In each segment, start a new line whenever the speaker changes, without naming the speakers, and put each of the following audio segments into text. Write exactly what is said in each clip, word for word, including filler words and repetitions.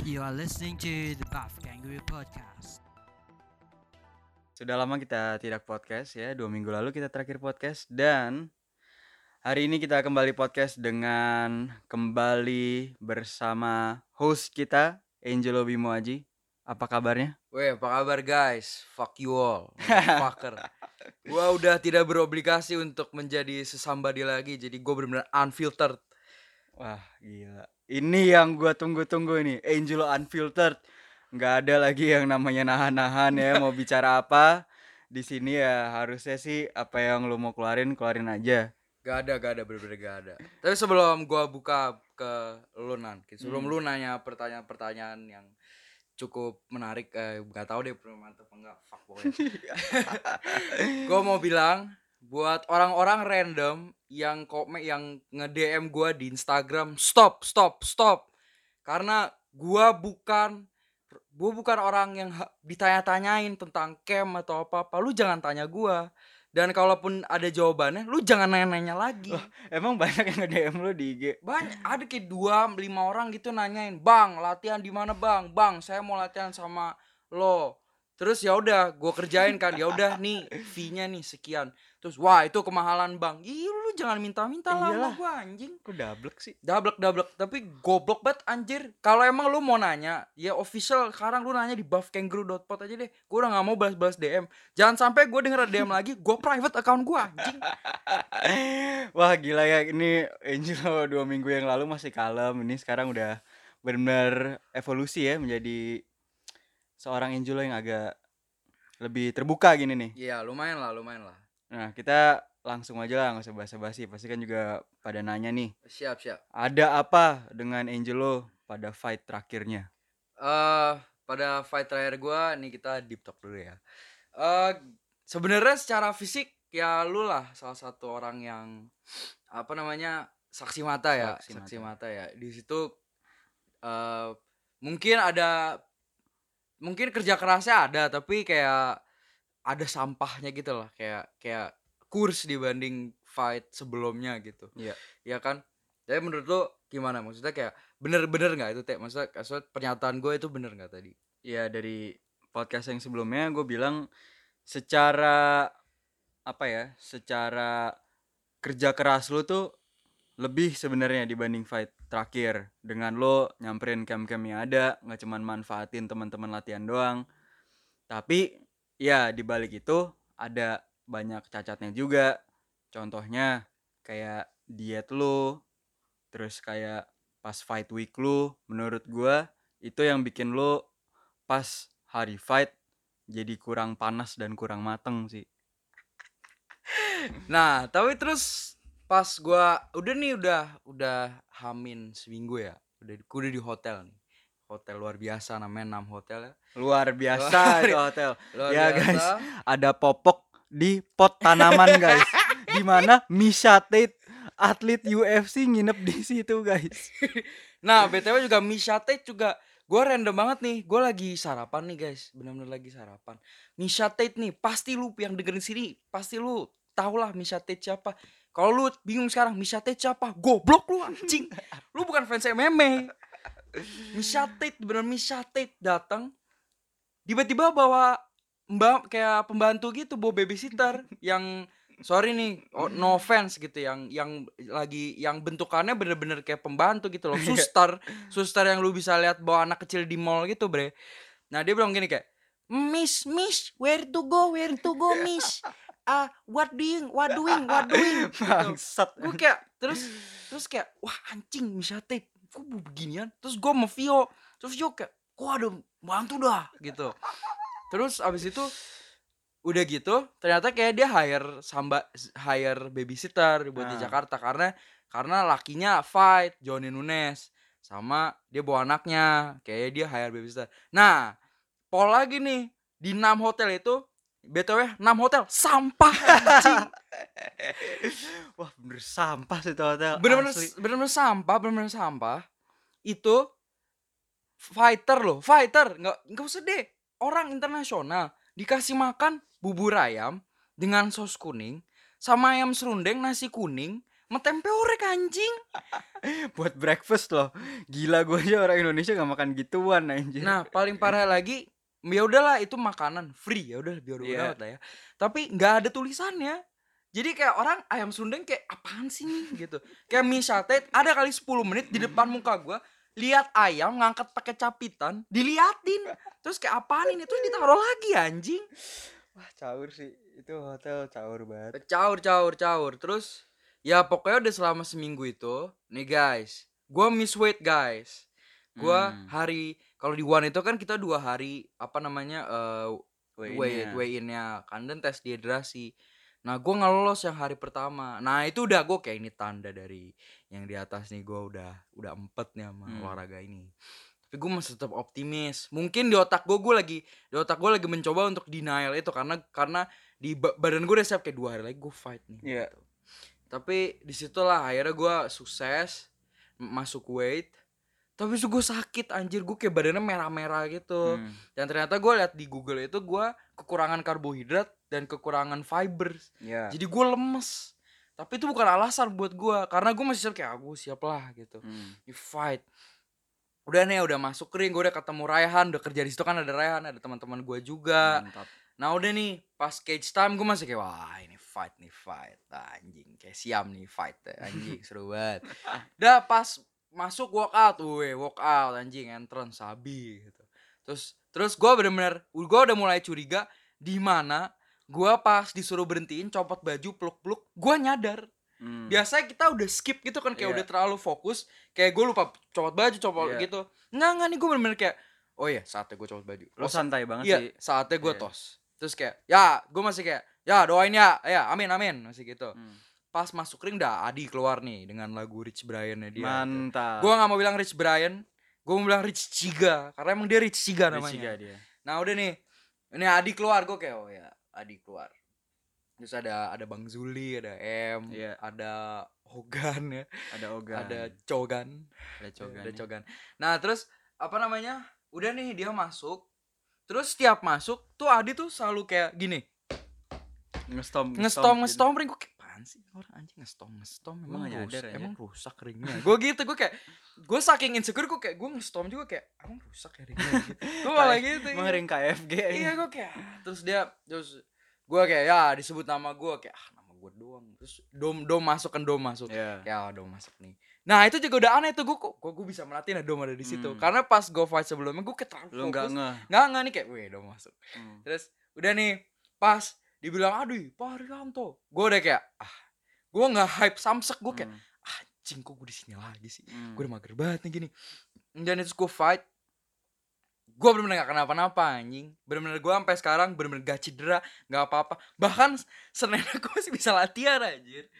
You are listening to the Buff Kangaroo Podcast.
Sudah lama kita tidak podcast ya, dua minggu lalu kita terakhir podcast. Dan hari ini kita kembali podcast dengan kembali bersama host kita, Angelo Bimo Aji. Apa kabarnya?
Weh, apa kabar guys? Fuck you all, motherfucker. Gua udah tidak berobligasi untuk menjadi sesambadi lagi, jadi gue benar-benar unfiltered.
Wah gila, ini yang gue tunggu-tunggu nih, Angelo Unfiltered. Nggak ada lagi yang namanya nahan-nahan ya, mau bicara apa. Di sini ya harusnya sih apa yang lu mau keluarin, keluarin aja.
Gak ada, gak ada, bener-bener gak ada. Tapi sebelum gua buka ke lu Nan, sebelum
Hmm.
lu nanya pertanyaan-pertanyaan yang cukup menarik, eh, gak tahu deh mantep apa enggak, fuck pokoknya. Gua mau bilang buat orang-orang random yang komen, yang nge-D M gua di Instagram, stop, stop, stop. Karena gua bukan gua bukan orang yang ha- ditanya-tanyain tentang cam atau apa-apa. Lu jangan tanya gua. Dan kalaupun ada jawabannya, lu jangan nanya-nanya lagi.
Emang banyak yang nge-D M lu di I G?
Banyak, ada kayak dua, lima orang gitu nanyain, "Bang, latihan di mana, Bang? Bang, saya mau latihan sama lo." Terus ya udah, gua kerjain kan. Ya udah nih, fee-nya nih sekian. Terus, "Wah, itu kemahalan, Bang." Ih, lu jangan minta-minta lah sama
Iyalah.
gua anjing.
Kok dablek sih?
Dablek-dablek, tapi goblok banget anjir. Kalau emang lu mau nanya, ya official sekarang lu nanya di buff kangaroo dot pod aja deh. Gua udah gak mau balas-balas D M. Jangan sampai gue denger ada D M lagi, gue private account gue anjing.
Wah gila ya, ini Angelo dua minggu yang lalu masih kalem. Ini sekarang udah benar-benar evolusi ya, menjadi seorang Angelo yang agak lebih terbuka gini nih.
Iya, lumayan lah, lumayan lah.
Nah kita langsung aja lah, nggak usah basa-basi. Pasti kan juga pada nanya nih,
Siap, siap.
ada apa dengan Angelo pada fight terakhirnya?
Eh, pada fight terakhir gue, nih kita deep talk dulu ya. Eh, sebenarnya secara fisik ya lu lah salah satu orang yang apa namanya saksi mata ya,
Saksi
saksi,
mata.
mata. ya. Di situ eh mungkin ada mungkin kerja kerasnya ada, tapi kayak ada sampahnya gitu lah, kayak kayak kurs dibanding fight sebelumnya gitu.
Iya.
Ya kan? Tapi menurut lu gimana? Maksudnya kayak bener-bener nggak itu teh? Maksudnya, maksudnya pernyataan gue itu bener nggak tadi?
Ya dari podcast yang sebelumnya gue bilang secara apa ya, secara kerja keras lu tuh lebih sebenarnya dibanding fight terakhir. Dengan lo nyamperin cam-cam yang ada, nggak cuman manfaatin teman-teman latihan doang, tapi ya di balik itu ada banyak cacatnya juga. Contohnya kayak diet lu, terus kayak pas fight week lu, menurut gua itu yang bikin lo pas hari fight jadi kurang panas dan kurang mateng sih.
Nah, tapi terus pas gua udah nih udah udah hamin seminggu ya. Udah gua udah di hotel nih. Hotel luar biasa namanya Nam Hotel ya.
Luar biasa itu hotel.
Luar
Ya
biasa.
guys, ada popok di pot tanaman guys. Di mana Misha Tate atlet U F C nginep di situ guys.
Nah, B T W juga Misha Tate juga gue random banget nih. Gue lagi sarapan nih guys. Bener-bener lagi sarapan. Misha Tate nih, pasti lu yang dengerin sini, pasti lu tau lah Misha Tate siapa. Kalau lu bingung sekarang Misha Tate siapa, goblok lu anjing. Lu bukan fans M M A. Misha Tate, bener Misha Tate datang, tiba-tiba bawa mbak kayak pembantu gitu, bawa babysitter yang sorry nih, oh, no offense gitu, yang yang lagi yang bentukannya bener-bener kayak pembantu gitu loh, suster, suster yang lu bisa lihat bawa anak kecil di mall gitu bre. Nah dia bilang gini kayak, Miss, Miss, where to go, where to go, Miss? Ah, what doing, what doing, what doing? Gitu.
Bangsat.
Gue kayak terus terus kayak wah anjing Misha Tate, kok beginian? Terus gue sama Vio, terus Vio kayak, kok ada bantu dah gitu. Terus abis itu udah gitu ternyata kayak dia hire samba hire babysitter buat di
Ah.
Jakarta karena karena lakinya fight Johnny Nunes sama dia bawa anaknya, kayak dia hire babysitter. Nah, pol lagi nih di Nam Hotel itu, B T W Nam Hotel sampah anjing.
Wah bener sampah sih itu hotel.
Bener-bener
asli.
bener-bener sampah, bener-bener sampah. Itu fighter loh, fighter, nggak nggak usah deh, orang internasional dikasih makan bubur ayam dengan saus kuning sama ayam serundeng nasi kuning Sama tempe orek anjing.
Buat breakfast loh. Gila, gue aja orang Indonesia gak makan gituan anjir.
Nah, paling parah lagi, ya udahlah itu makanan free, ya udah biar
Iya.
udah lah ya. Tapi nggak ada tulisannya. Jadi kayak orang ayam Sundeng kayak apaan sih nih gitu. Kayak mie sate ada kali sepuluh menit di depan muka gua, lihat ayam ngangkat pakai capitan, diliatin. Terus kayak apaan ini? Terus ditaruh lagi anjing.
Wah, caur sih. Itu hotel caur banget.
Caur caur caur. Terus ya pokoknya udah selama seminggu itu, nih guys, gua miss weight guys. Gua
Hmm.
hari kalau di One itu kan kita dua hari apa namanya eh
Weigh-in-nya.
weight weigh innya kan dan tes dehidrasi. Nah gue nggak lolos yang hari pertama. Nah itu udah gue kayak ini tanda dari yang di atas nih, gue udah udah empet nih sama
Hmm.
olahraga ini. Tapi gue masih tetap optimis. Mungkin di otak gue gue lagi di otak gue lagi mencoba untuk denial itu karena karena di ba- badan gue udah siap kayak dua hari lagi gue fight nih.
Iya.
Gitu. Tapi disitulah akhirnya gue sukses m- masuk weight. Tapi itu gue sakit anjir, gue kayak badannya merah-merah gitu.
Hmm.
Dan ternyata gue lihat di Google itu gue kekurangan karbohidrat dan kekurangan fiber.
Iya.
Jadi gue lemes. Tapi itu bukan alasan buat gue, karena gue masih siap kayak aku siap lah gitu.
Hmm.
You fight. Udah nih udah masuk ring, gue udah ketemu Raihan, udah kerja di situ kan ada Raihan, ada teman-teman gue juga.
Mantap.
Nah udah nih pas cage time gue masih kayak wah ini fight nih fight ah, anjing kayak siam nih fight anjing seru banget. Udah pas masuk walkout, weh walkout anjing entrance sabi gitu. Terus terus gue bener-bener gue udah mulai curiga di mana gue pas disuruh berhentiin copot baju peluk-peluk gue nyadar.
Hmm.
Biasanya kita udah skip gitu kan kayak
Iya.
udah terlalu fokus kayak gue lupa copot baju copot
Iya.
gitu. Nggak nggak nih gue bener-bener kayak oh iya saatnya gue copot baju.
Lo santai banget
Iya,
sih.
saatnya gue
Iya.
tos. Terus kayak, ya gue masih kayak, ya doain ya, ya amin amin, masih gitu.
Hmm.
Pas masuk ring dah Adi keluar nih dengan lagu Rich Brian-nya dia.
Mantap.
Gue gak mau bilang Rich Brian, gue mau bilang Rich Chiga, karena emang dia Rich Chiga namanya.
Riciga dia.
Nah udah nih, ini Adi keluar, gue kayak, oh ya Adi keluar. Terus ada ada Bang Zuli, ada M,
Iya.
ada Hogan ya,
Ada Ogan.
ada Cogan.
Ada Cogan.
Ada Cogan. Nah terus apa namanya? Udah nih dia masuk. Terus setiap masuk tuh Adi tuh selalu kayak gini.
Ngestom.
Ngestom
gitu.
ngestom ring gue kayak apaan sih orang anjing ngestom ngestom
Emang
emang
nggak
rusak,
nyadar ya,
emang rusak ringnya. Gue gitu gue kayak gue saking insecure gue kayak gue ngestom juga kayak emang rusak ya ringnya gitu. Gue malah gitu.
Emang
iya.
ring K F G.
Iya gue kayak terus dia terus gue kayak ya disebut nama gue kayak ah nama gue doang. Terus dom dom masuk kan dom masuk.
Iya.
Ya dom masuk nih. Nah itu juga udah aneh tuh gue kok gue bisa merhatiin ada dom ada di situ.
Hmm.
Karena pas gue fight sebelumnya gue kayak terlalu
Lu nggak
fokus.
ngeh.
Nggak nggak nih kayak weh dom masuk.
Hmm.
Terus udah nih pas dibilang aduh Pak Haryanto, gue udah kayak ah gue nggak hype samsek gue kayak
Hmm.
anjing kok gue di sini lagi sih,
Hmm.
gue udah mager banget nih gini. Dan itu gue fight, gue bener-bener gak kenapa-napa anjing, bener-bener gue sampai sekarang bener-bener gak cedera, gak apa-apa, bahkan Senin gue masih bisa latihan anjir.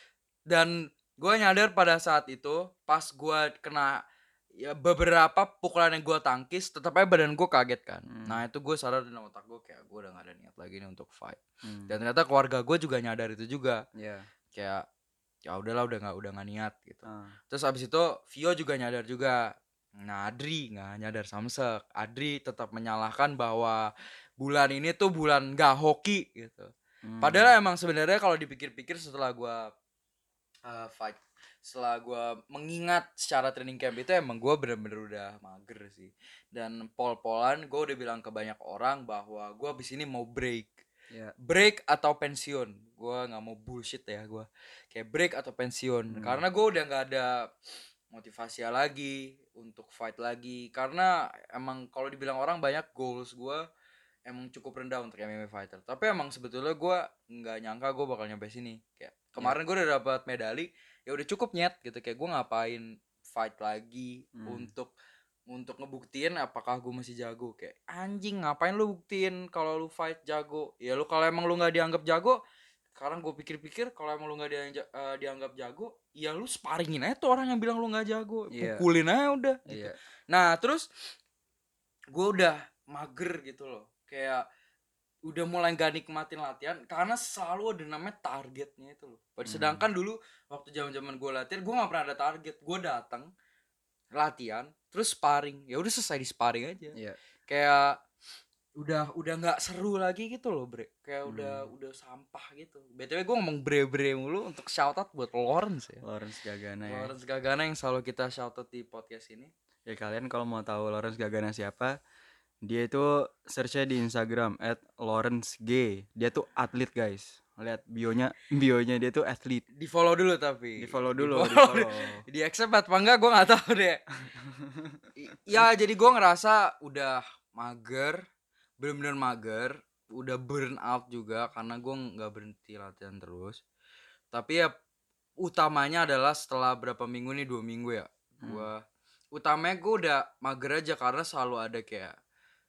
Dan gue nyadar pada saat itu pas gue kena ya beberapa pukulan yang gue tangkis, tetap aja badan gue kaget kan.
Hmm.
Nah itu gue sadar dalam otak gue kayak gue udah gak ada niat lagi nih untuk fight.
Hmm.
Dan ternyata keluarga gue juga nyadar itu juga,
Iya.
kayak ya udahlah udah nggak udah nggak niat gitu.
Ah.
Terus abis itu Vio juga nyadar juga. Nah Adri nggak nyadar samsek. Adri tetap menyalahkan bahwa bulan ini tuh bulan gak hoki gitu.
Hmm.
Padahal emang sebenarnya kalau dipikir-pikir setelah gue uh, fight, setelah gue mengingat secara training camp itu emang gue bener-bener udah mager sih. Dan pol-polan gue udah bilang ke banyak orang bahwa gue abis ini mau break.
Iya.
Break atau pensiun, gue nggak mau bullshit ya gue, kayak break atau pensiun,
Hmm.
karena gue udah nggak ada motivasi lagi untuk fight lagi, karena emang kalau dibilang orang banyak goals gue emang cukup rendah untuk M M A fighter, tapi emang sebetulnya gue nggak nyangka gue bakal nyampe sini, kayak kemarin gue udah dapat medali, ya udah cukup nyet gitu, kayak gue ngapain fight lagi
Hmm.
untuk untuk ngebuktiin apakah gue masih jago. Kayak anjing ngapain lu buktiin kalau lu fight jago, ya lu kalau emang lu nggak dianggap jago, sekarang gue pikir-pikir kalau emang lu nggak dianggap, uh, dianggap jago, ya lu sparingin aja tuh orang yang bilang lu nggak jago,
Iya.
pukulin aja udah gitu.
Iya.
Nah terus gue udah mager gitu loh, kayak udah mulai gak nikmatin latihan karena selalu ada namanya targetnya itu loh.
Hmm.
Sedangkan dulu waktu zaman-zaman gue latihan gue nggak pernah ada target, gue datang latihan terus sparring, ya udah selesai di sparring aja.
Iya.
Kayak udah udah nggak seru lagi gitu loh bre, kayak udah
Hmm.
udah sampah gitu. btw gue ngomong bre bre mulu untuk shout out buat Lawrence ya.
Lawrence Gagana ya.
Lawrence Gagana yang selalu kita shout out di podcast ini.
Ya kalian kalau mau tahu Lawrence Gagana siapa, dia itu searchnya di Instagram at Lawrence G. Dia tuh atlet guys. Lihat bionya, bionya dia tuh atlet.
Di follow dulu tapi.
Di follow dulu, di
follow.
follow.
Di accept apa enggak gue nggak tahu deh. I- ya jadi gue ngerasa udah mager, bener-bener mager, udah burn out juga karena gue nggak berhenti latihan terus. Tapi ya utamanya adalah setelah berapa minggu nih, dua minggu ya,
Hmm.
gue utamanya gue udah mager aja karena selalu ada kayak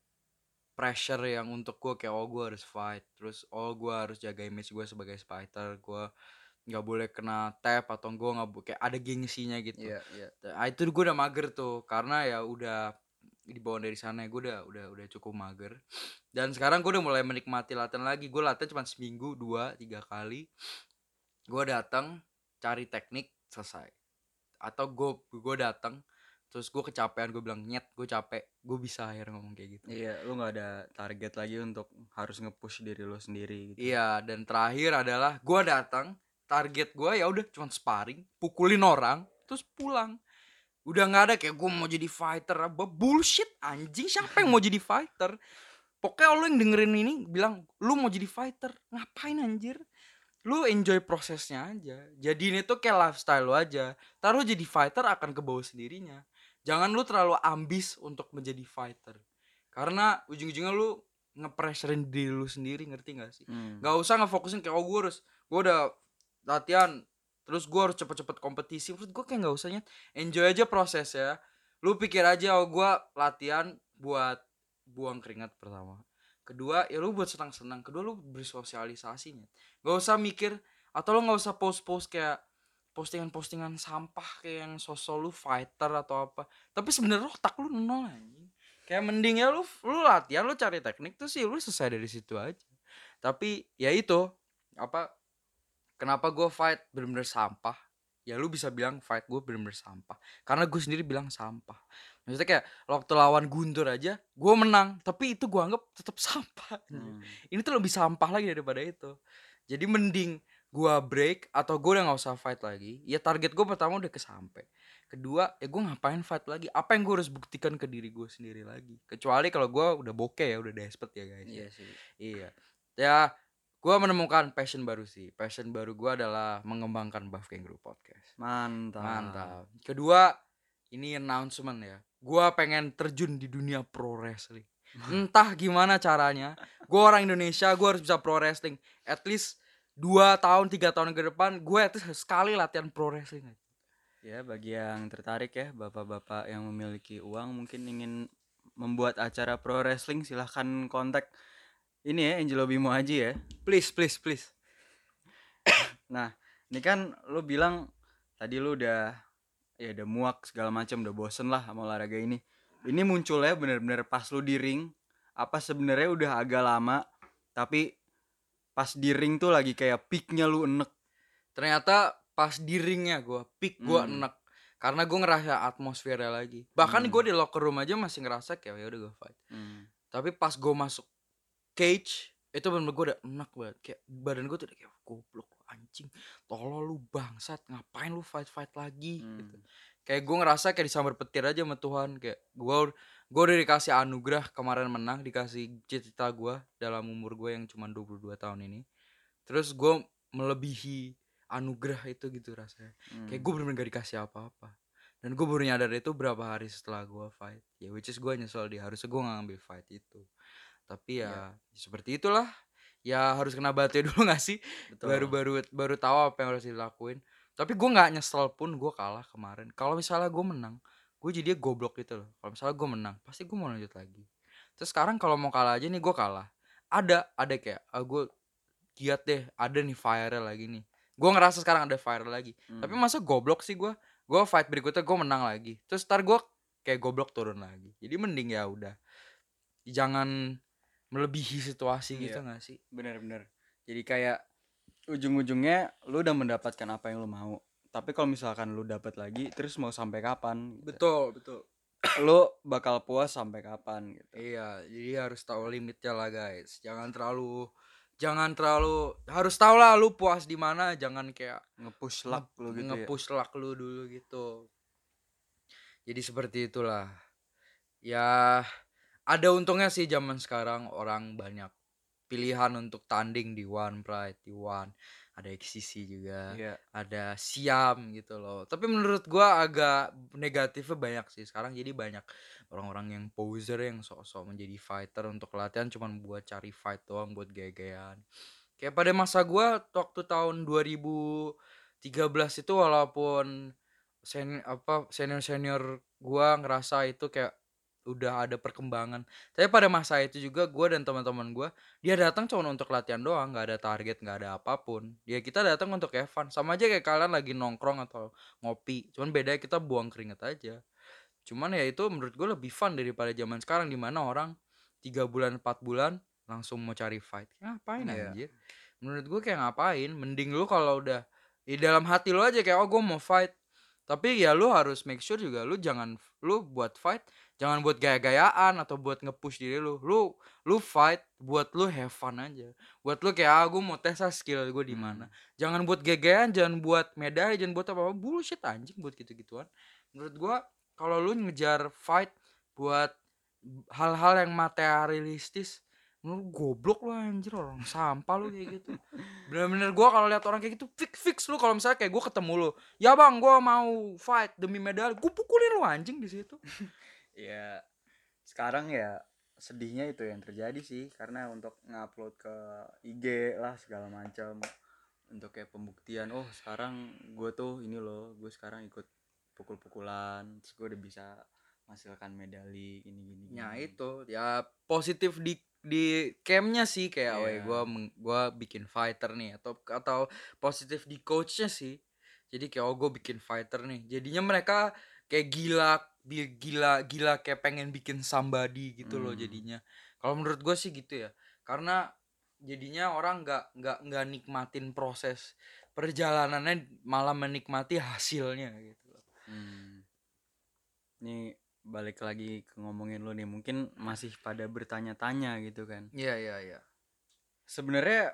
pressure yang untuk gue kayak oh gue harus fight, terus oh gue harus jaga image gue sebagai fighter, gue nggak boleh kena tap atau gue nggak bo- kayak ada gengsinya gitu.
Iya, iya.
Nah, itu gue udah mager tuh karena ya udah dibawa dari sana, gue udah udah udah cukup mager. Dan sekarang gue udah mulai menikmati latihan lagi. Gue latihan cuma seminggu dua tiga kali. Gue datang cari teknik selesai. Atau gue gue datang terus gue kecapean, gue bilang nyet gue capek, gue bisa akhirnya ngomong kayak gitu.
Iya, lu nggak ada target lagi untuk harus nge-push diri lu sendiri gitu.
Iya, dan terakhir adalah gue datang, target gue ya udah cuma sparring, pukulin orang, terus pulang. Udah nggak ada kayak gue mau jadi fighter apa bullshit anjing, siapa yang mau jadi fighter? Pokoknya lo yang dengerin ini bilang lu mau jadi fighter, ngapain anjir? Lu enjoy prosesnya aja. Jadi ini tuh kayak lifestyle lu aja. Taruh jadi fighter akan ke bawah sendirinya. Jangan lu terlalu ambis untuk menjadi fighter. Karena ujung-ujungnya lu nge-pressurein diri lu sendiri, ngerti gak sih?
Hmm.
Gak usah ngefokusin kayak oh gue harus, gue udah latihan, terus gue harus cepet-cepet kompetisi. Menurut gue kayak gak usahnya, enjoy aja proses ya. Lu pikir aja oh gue latihan buat buang keringat pertama. Kedua ya lu buat senang-senang. Kedua lu bersosialisasinya. Gak usah mikir, atau lu gak usah post-post kayak postingan-postingan sampah kayak yang sosok lu fighter atau apa. Tapi sebenarnya otak lu nol anjing. Kayak mending ya lu lu latihan, lu cari teknik tuh sih lu selesai dari situ aja. Tapi ya itu apa, kenapa gue fight bener-bener sampah? Ya lu bisa bilang fight gue bener-bener sampah karena gue sendiri bilang sampah. Maksudnya kayak waktu lawan Guntur aja gue menang, tapi itu gue anggap tetap sampah.
Hmm.
Ini tuh lebih sampah lagi daripada itu. Jadi mending gue break atau gue udah gak usah fight lagi. Ya target gue pertama udah kesampe. Kedua ya gue ngapain fight lagi? Apa yang gue harus buktikan ke diri gue sendiri lagi? Kecuali kalau gue udah bokeh ya, udah desperate ya guys.
Iya sih.
Iya. Ya gue menemukan passion baru sih. Passion baru gue adalah mengembangkan Buff Kangaroo Podcast.
Mantap.
Mantap. Kedua, ini announcement ya. Gue pengen terjun di dunia pro wrestling. Entah gimana caranya. Gue orang Indonesia, gue harus bisa pro wrestling. At least dua tahun, tiga tahun ke depan, gue at least sekali latihan pro wrestling.
Ya, bagi yang tertarik ya, bapak-bapak yang memiliki uang mungkin ingin membuat acara pro wrestling, silahkan kontak ini ya Angelo Bimo Haji ya.
Please, please, please.
Nah, ini kan lu bilang tadi lu udah ya udah muak segala macam, udah bosen lah sama olahraga ini. Ini munculnya bener-bener pas lu di ring, apa sebenarnya udah agak lama, tapi pas di ring tuh lagi kayak peaknya lu enek.
Ternyata pas di ringnya gue, peak gue
Hmm.
enak. Karena gue ngerasa atmosfernya lagi. Bahkan
Hmm.
gue di locker room aja masih ngerasa kayak ya udah gue fight.
Hmm.
Tapi pas gue masuk cage itu bener-bener gue udah enak banget. Kayak badan gue tuh udah kayak goblok anjing, tolol lu bangsat, ngapain lu fight-fight lagi
Hmm.
gitu. Kayak gue ngerasa kayak disambar petir aja sama Tuhan. Kayak gue gue udah dikasih anugerah kemarin menang, dikasih cita-cita gue dalam umur gue yang cuma dua puluh dua tahun ini. Terus gue melebihi anugerah itu gitu rasanya.
Hmm.
Kayak gue bener-bener gak dikasih apa-apa. Dan gue baru nyadar itu berapa hari setelah gue fight. Ya which is gue nyesel dia, harusnya gue gak ngambil fight itu. Tapi ya, ya seperti itulah. Ya harus kena batu dulu gak sih?
Betul.
Baru-baru baru tahu apa yang harus dilakuin. Tapi gue gak nyesel pun gue kalah kemarin. Kalau misalnya gue menang, gue jadi goblok gitu loh. Kalau misalnya gue menang, pasti gue mau lanjut lagi. Terus sekarang kalau mau kalah aja nih gue kalah. Ada, ada kayak ah, gue giat deh, ada nih fire lagi nih. Gue ngerasa sekarang ada fire lagi.
Hmm.
Tapi masa goblok sih gue? Gue fight berikutnya gue menang lagi. Terus ntar gue kayak goblok turun lagi. Jadi mending ya udah. Jangan melebihi situasi gitu
Iya.
gak sih?
Bener-bener. Jadi kayak ujung-ujungnya lu udah mendapatkan apa yang lu mau. Tapi kalau misalkan lu dapat lagi, terus mau sampai kapan? Gitu.
Betul, betul.
lu bakal puas sampai kapan gitu.
Iya, jadi harus tahu limitnya lah guys. Jangan terlalu jangan terlalu harus tahu lah lu puas di mana, jangan kayak
Nge-push luck lu gitu ya.
nge-push luck lu dulu gitu. Jadi seperti itulah. Ya ada untungnya sih zaman sekarang orang banyak pilihan untuk tanding di One Pride, di One. Ada X C C juga,
Iya.
ada Siam gitu loh. Tapi menurut gua agak negatifnya banyak sih sekarang, jadi banyak orang-orang yang poser yang sok-sok menjadi fighter untuk latihan cuman buat cari fight doang, buat gaya-gayaan. Kayak pada masa gua waktu tahun dua ribu tiga belas itu walaupun sen apa senior-senior gua ngerasa itu kayak udah ada perkembangan. Tapi pada masa itu juga gua dan teman-teman gua, dia datang cuma untuk latihan doang, nggak ada target, nggak ada apapun. Ya kita datang untuk have fun. Sama aja kayak kalian lagi nongkrong atau ngopi. Cuman bedanya kita buang keringat aja. Cuman ya itu menurut gue lebih fun daripada zaman sekarang di mana orang tiga bulan empat bulan langsung mau cari fight. Ngapain
Iya.
anjir? Menurut gue kayak ngapain? Mending lu kalau udah di dalam hati lu aja kayak oh gue mau fight. Tapi ya lu harus make sure juga lu jangan lu buat fight jangan buat gaya-gayaan atau buat nge-push diri lu. Lu lu fight buat lu have fun aja. Buat lu kayak ah gue mau tes ah skill gue di
Hmm.
mana. Jangan buat gaya-gayaan, jangan buat medali, jangan buat apa-apa. Bullshit anjing buat gitu-gituan. Menurut gua kalau lu ngejar fight buat hal-hal yang materialistis, lu goblok lu anjir, orang sampah lu kayak gitu. Bener-bener gua kalau lihat orang kayak gitu fix fix lu kalau misalnya kayak gua ketemu lu, ya bang gua mau fight demi medali, gua pukulin lu anjing di situ.
Ya sekarang ya sedihnya itu yang terjadi sih, karena untuk ngupload ke I G lah segala macam untuk kayak pembuktian, oh sekarang gue tuh ini loh, gue sekarang ikut pukul-pukulan, terus gue udah bisa menghasilkan medali gini gini gini.
Ya itu ya positif di di campnya sih kayak, weh
Iya.
gua meng- gua bikin fighter nih atau atau positif di coachnya sih. Jadi kayak oh gue bikin fighter nih. Jadinya mereka kayak gila bi- gila gila kayak pengen bikin somebody gitu loh
Hmm.
jadinya. Kalau menurut gue sih gitu ya. Karena jadinya orang nggak nggak nggak nikmatin proses perjalanannya, malah menikmati hasilnya gitu loh.
Hmm. Nih balik lagi ke ngomongin lo nih, mungkin masih pada bertanya-tanya gitu kan.
Iya iya iya.
Sebenarnya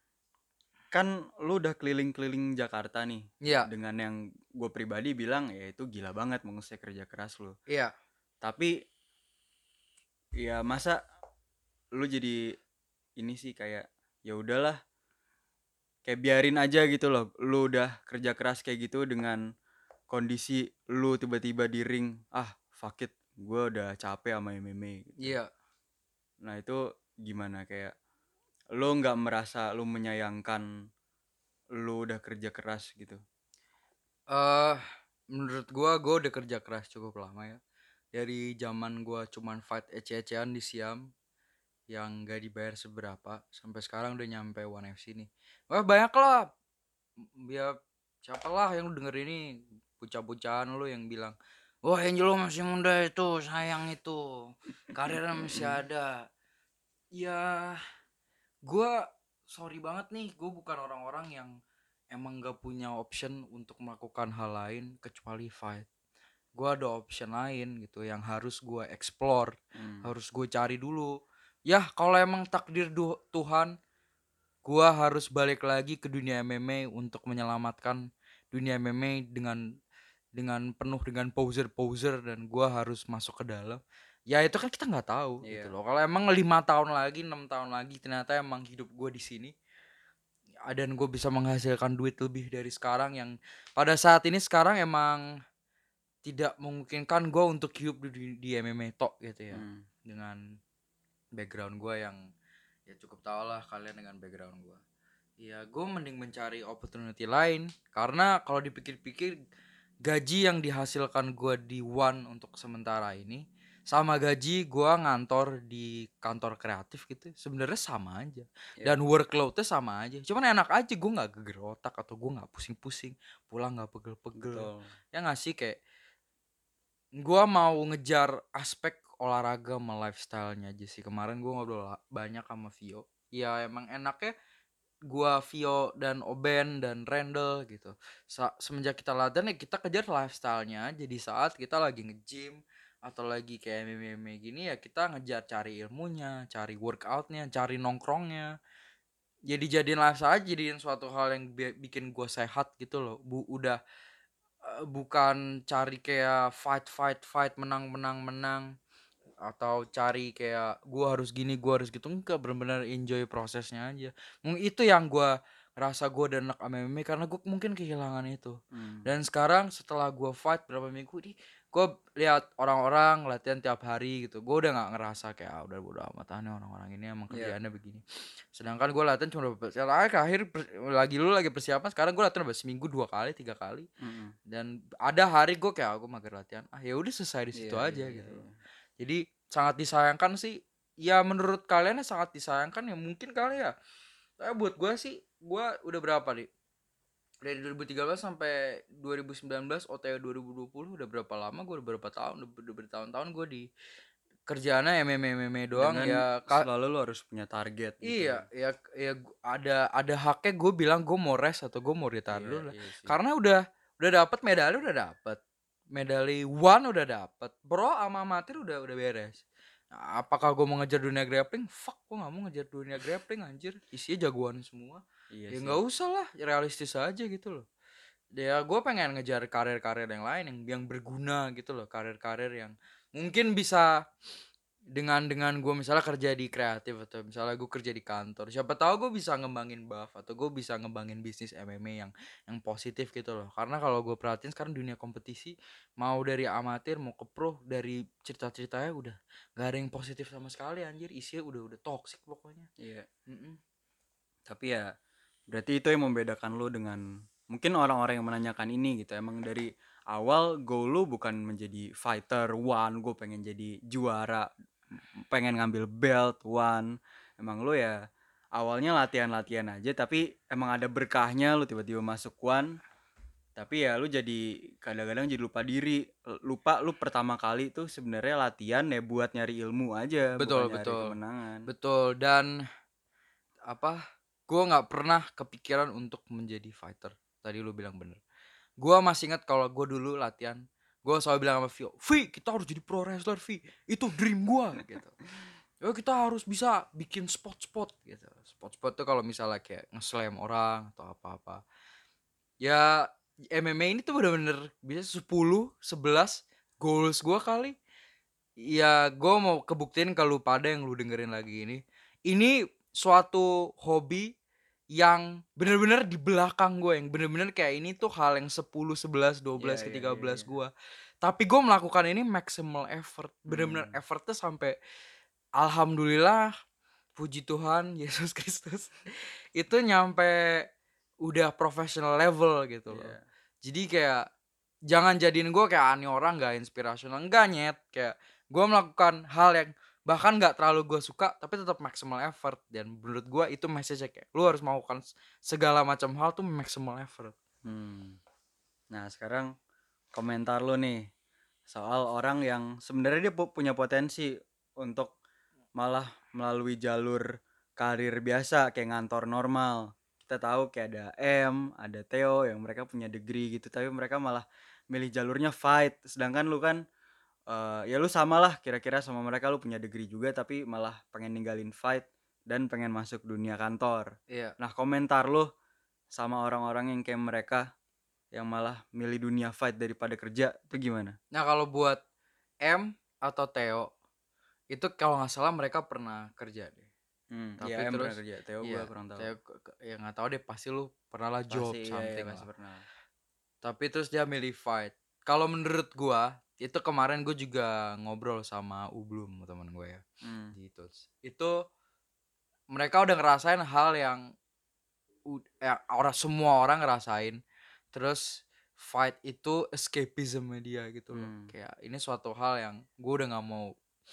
kan lu udah keliling-keliling Jakarta nih.
Iya.
Dengan yang gue pribadi bilang ya itu gila banget mengusai kerja keras lu.
Iya.
Tapi ya masa lu jadi ini sih kayak ya udahlah, kayak biarin aja gitu loh. Lu udah kerja keras kayak gitu dengan kondisi lu tiba-tiba di ring, ah fuck it, gue udah capek sama M M A gitu.
Iya.
Nah itu gimana, kayak lu nggak merasa lu menyayangkan lu udah kerja keras gitu?
Eh menurut gua gua udah kerja keras cukup lama ya. Dari zaman gua cuman fight ece-ecean di Siam yang gak dibayar seberapa sampai sekarang udah nyampe One F C nih. Wah banyak lah. M- Ya siapalah yang lu denger ini bocah-bocahan lu yang bilang, "Wah, Angelo masih muda itu, sayang itu. Karirnya masih ada." Ya, gua sorry banget nih, gua bukan orang-orang yang emang gak punya option untuk melakukan hal lain kecuali fight. Gue ada option lain gitu yang harus gue explore,
Hmm.
harus gue cari dulu. Ya kalau emang takdir du- Tuhan, gue harus balik lagi ke dunia M M A untuk menyelamatkan dunia M M A dengan dengan penuh dengan poser-poser dan gue harus masuk ke dalam. Ya itu kan kita nggak tahu gitu
Iya.
loh. Kalau emang lima tahun lagi, enam tahun lagi ternyata emang hidup gue di sini dan gue bisa menghasilkan duit lebih dari sekarang yang pada saat ini sekarang emang tidak memungkinkan gue untuk hidup di, di M M A tok gitu ya.
Hmm.
Dengan background gue yang ya cukup tau lah kalian dengan background gue. Ya gue mending mencari opportunity lain karena kalau dipikir-pikir gaji yang dihasilkan gue di One untuk sementara ini sama gaji gue ngantor di kantor kreatif gitu sebenarnya sama aja.
Iya.
Dan workloadnya sama aja, cuman enak aja gue nggak geger otak atau gue nggak pusing-pusing pulang nggak pegel-pegel.
Betul.
Ya nggak sih, kayak gua mau ngejar aspek olahraga sama lifestyle-nya aja sih. Kemarin gua ngobrol la- banyak sama Vio. Ya emang enaknya gua, Vio dan Oben dan Randall gitu. Sa- semenjak kita latihan ya kita kejar lifestyle-nya aja di saat kita lagi nge-gym atau lagi kayak meme-meme gini ya kita ngejar cari ilmunya, cari workoutnya, cari nongkrongnya. Jadi jadiin lifestyle aja, jadiin suatu hal yang bi- bikin gue sehat gitu loh. Bu udah eh, bukan cari kayak fight fight fight menang menang menang atau cari kayak gua harus gini gua harus gitu, enggak, benar-benar enjoy prosesnya aja. Mungkin itu yang gua ngerasa gua udah enak sama M M A karena gua mungkin kehilangan itu.
Hmm.
Dan sekarang setelah gua fight berapa minggu nih, gua lihat orang-orang latihan tiap hari gitu, gua udah nggak ngerasa kayak ah, udah bodo amat ah, nih orang-orang ini emang
Iya.
kerjaannya begini. Sedangkan gua latihan cuma beberapa sekarang akhir per- lagi lu lagi persiapan, sekarang gua latihan udah seminggu dua kali tiga kali.
Mm-mm.
Dan ada hari gua kayak aku mager latihan, ah ya udah selesai di situ
Iya,
aja
iya,
gitu.
iya.
Jadi sangat disayangkan sih. Ya menurut kalian ya sangat disayangkan ya mungkin kali ya. Tapi buat gue sih, gue udah berapa nih? Dari dua ribu tiga belas sampai dua ribu sembilan belas O T W dua ribu dua puluh udah berapa lama? Gue udah berapa tahun? Udah, udah bertahun-tahun gue di kerjaannya M M A M M A doang
Dengan
ya. Ka-
selalu lu harus punya target gitu.
iya, ya ya gu- ada ada haknya gue bilang gue mau rest atau gue mau retire
Iya,
dulu lah.
iya sih.
Karena udah udah dapat medali udah dapat. Medali one udah dapat. Pro sama amatir udah udah beres. Nah, apakah gue mau ngejar dunia grappling? Fuck, gue gak mau ngejar dunia grappling anjir. Isinya jagoan semua.
Iya
Ya
sih.
nggak usah lah, realistis aja gitu loh. Ya gue pengen ngejar karir-karir yang lain yang yang berguna gitu loh, karir-karir yang mungkin bisa dengan dengan gue misalnya kerja di kreatif atau misalnya gue kerja di kantor, siapa tahu gue bisa ngembangin buff atau gue bisa ngembangin bisnis M M A yang yang positif gitu loh. Karena kalau gue perhatiin sekarang dunia kompetisi mau dari amatir mau ke pro, dari cerita-ceritanya udah gak ada yang positif sama sekali anjir, isinya udah udah toxic pokoknya.
Iya.
Mm-mm.
Tapi ya berarti itu yang membedakan lu dengan mungkin orang-orang yang menanyakan ini gitu. Emang dari awal goal lu bukan menjadi fighter one, gue pengen jadi juara, pengen ngambil belt one. Emang lu ya awalnya latihan-latihan aja, tapi emang ada berkahnya lu tiba-tiba masuk one. Tapi ya lu jadi kadang-kadang jadi lupa diri, lupa lu pertama kali tuh sebenarnya latihan ya buat nyari ilmu aja,
Betul,
bukan nyari
betul.
kemenangan.
Betul, dan apa? Gue nggak pernah kepikiran untuk menjadi fighter. Tadi lu bilang bener. Gue masih ingat kalau gue dulu latihan, gue selalu bilang sama Vio, Vi kita harus jadi pro wrestler Vi, itu dream gue gitu. Ya kita harus bisa bikin spot-spot gitu. Spot-spot tuh kalau misalnya kayak nge-slam orang atau apa-apa. Ya M M A ini tuh bener-bener bisa sepuluh, sebelas goals gue kali. Ya gue mau kebuktiin ke lu pada yang lu dengerin lagi ini. Ini suatu hobi yang bener-bener di belakang gue, yang bener-bener kayak ini tuh hal yang sepuluh, sebelas, dua belas,
Iya,
ke
iya,
tiga
iya,
belas
iya.
gue. Tapi gue melakukan ini maximal effort. Bener-bener
Hmm.
effortnya sampai alhamdulillah, puji Tuhan Yesus Kristus itu nyampe udah professional level gitu loh.
Iya.
Jadi kayak jangan jadiin gue kayak aneh orang gak inspirasional, enggak nyet. Kayak gue melakukan hal yang bahkan gak terlalu gue suka tapi tetap maximal effort, dan menurut gue itu message kayak lu harus melakukan segala macam hal tuh maximal effort.
Hmm. Nah sekarang komentar lu nih soal orang yang sebenarnya dia pu- punya potensi untuk malah melalui jalur karir biasa kayak ngantor normal. Kita tahu kayak ada M, ada Theo yang mereka punya degree gitu, tapi mereka malah milih jalurnya fight. Sedangkan lu kan eh, ya lu samalah kira-kira sama mereka, lu punya degree juga tapi malah pengen ninggalin fight dan pengen masuk dunia kantor.
Iya.
Nah komentar lu sama orang-orang yang kayak mereka yang malah milih dunia fight daripada kerja itu gimana?
Nah kalau buat M atau Theo itu kalau nggak salah mereka pernah kerja deh.
Hmm,
Tapi
ya, M pernah
terus
kerja, Theo
iya,
gua kurang tahu.
Theo ke- ke- ya nggak tahu deh, pasti lu pernah lah job
Pasti, iya, iya,
something
pasti
lah.
pernah.
Tapi terus dia milih fight. Kalau menurut gua itu kemarin gue juga ngobrol sama Ublum teman gue ya
Hmm.
di Tuts. Itu mereka udah ngerasain hal yang u- ya, orang semua orang ngerasain. Terus fight itu escapism dia gitu loh.
Hmm.
Kayak ini suatu hal yang gue udah nggak mau,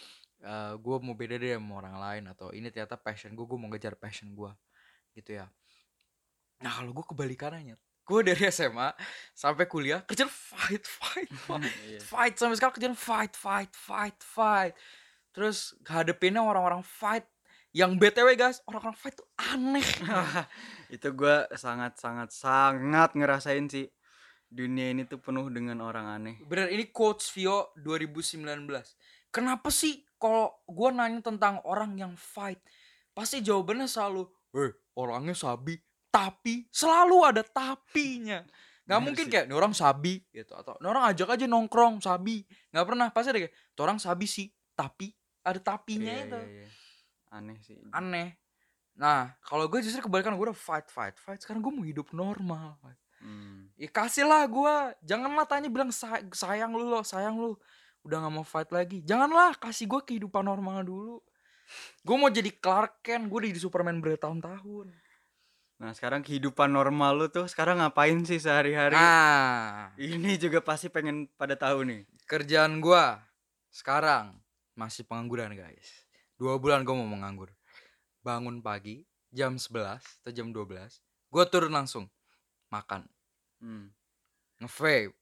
eh gue mau beda deh sama orang lain, atau ini ternyata passion gue, gue mau ngejar passion gue gitu ya. Nah kalau gue kebalikannya, gue dari S M A sampai kuliah kerjaan fight fight fight
Iya.
fight sampai sekarang kerjaan fight fight fight fight. Terus hadepinnya orang-orang fight yang B T W guys, orang-orang fight tuh aneh.
Itu gua sangat sangat sangat ngerasain sih. dunia ini tuh penuh dengan orang aneh.
Bener, ini quotes Vio dua ribu sembilan belas. Kenapa sih kalau gue nanya tentang orang yang fight, pasti jawabannya selalu, eh orangnya sabi, tapi selalu ada tapinya. Gak
Bener
mungkin
sih.
kayak, ini orang sabi gitu. Atau ini orang ajak aja nongkrong, sabi. Gak pernah, pasti ada kayak, ini orang sabi sih, tapi ada tapinya
Iya,
itu.
iya, iya. Aneh sih.
Aneh. Nah, kalau gue justru kebalikan, gue udah fight, fight, fight. Sekarang gue mau hidup normal.
Hmm.
Ya kasihlah gue. Janganlah tanya bilang say- sayang lu loh, sayang lu. Udah gak mau fight lagi. Janganlah, kasih gue kehidupan normal dulu. Gue mau jadi Clark Kent. Gue udah di Superman bertahun-tahun.
Nah sekarang kehidupan normal lu tuh sekarang ngapain sih sehari-hari?
Nah,
Ini juga pasti pengen pada tahu nih.
kerjaan gue sekarang masih pengangguran guys. Dua bulan gue mau menganggur. Bangun pagi jam sebelas atau jam dua belas. Gue turun langsung makan.
Hmm.
Nge-vape.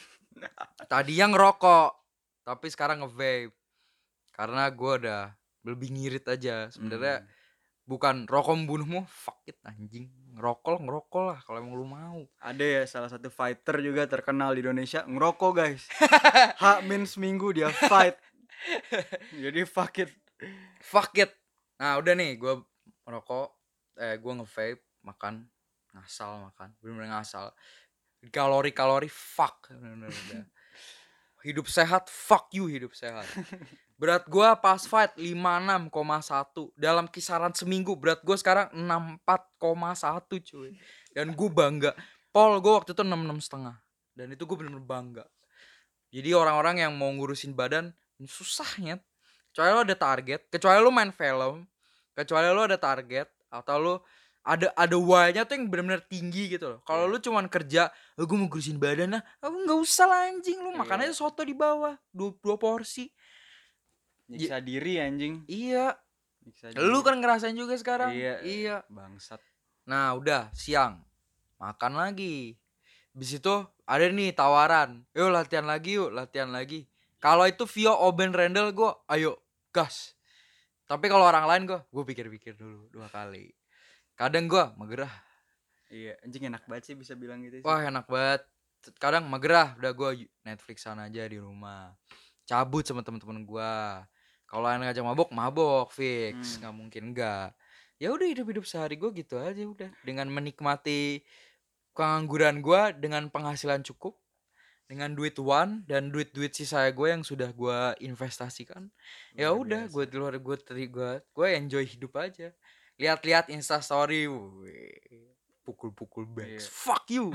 Tadinya ngerokok, tapi sekarang nge-vape. Karena gue udah lebih ngirit aja. Sebenarnya
Hmm.
bukan rokok membunuhmu, fuck it anjing. Ngerokok ngerokok lah kalau emang lu mau.
Ada ya salah satu fighter juga terkenal di Indonesia ngerokok guys. H min seminggu dia fight. Jadi fuck it.
Fuck it. Nah udah nih, gue ngerokok, eh gue nge-vape, makan, ngasal makan, bener-bener ngasal. Kalori-kalori fuck. Bener-bener udah. Hidup sehat, fuck you hidup sehat. Berat gue pas fight lima puluh enam koma satu. Dalam kisaran seminggu berat gue sekarang enam puluh empat koma satu cuy. Dan gue bangga. Pol gue waktu itu enam puluh enam setengah. Dan itu gue bener-bener bangga. Jadi orang-orang yang mau ngurusin badan susahnya. Kecuali lo ada target, kecuali lo main film, kecuali lo ada target, atau lo ada ada why-nya tuh yang benar-benar tinggi gitu loh. Kalau
Iya.
lu cuman kerja, oh, gue mau ngurusin badan lah, aku nggak usah lah anjing, lu makan
Iya.
aja soto di bawah, dua, dua porsi.
Nyiksa diri anjing.
Iya,
Nyiksa
lu
diri.
kan ngerasain juga sekarang.
Iya.
Iya.
Bangsat.
Nah udah siang, makan lagi. Habis itu ada nih tawaran, yuk latihan lagi yuk, latihan lagi. Kalau itu Vio Oben Rendel gue, ayo gas. Tapi kalau orang lain gue, gue pikir-pikir dulu dua kali. Kadang gue magerah.
Iya, anjing enak banget sih bisa bilang gitu sih.
Wah enak banget. Kadang magerah, udah gue Netflixan aja di rumah. Cabut sama temen-temen gue. Kalau yang ngajak mabok, mabok fix,
Hmm.
nggak mungkin enggak. Ya udah hidup-hidup sehari gue gitu aja udah. Dengan menikmati pengangguran gue dengan penghasilan cukup, dengan duit one dan duit-duit sisa gue yang sudah gue investasikan. Ya
Luar
udah,
biasa.
gue di luar gue teri gue gue enjoy hidup aja. Lihat-lihat Insta story, wih, pukul-pukul backs.
Iya.
Fuck you.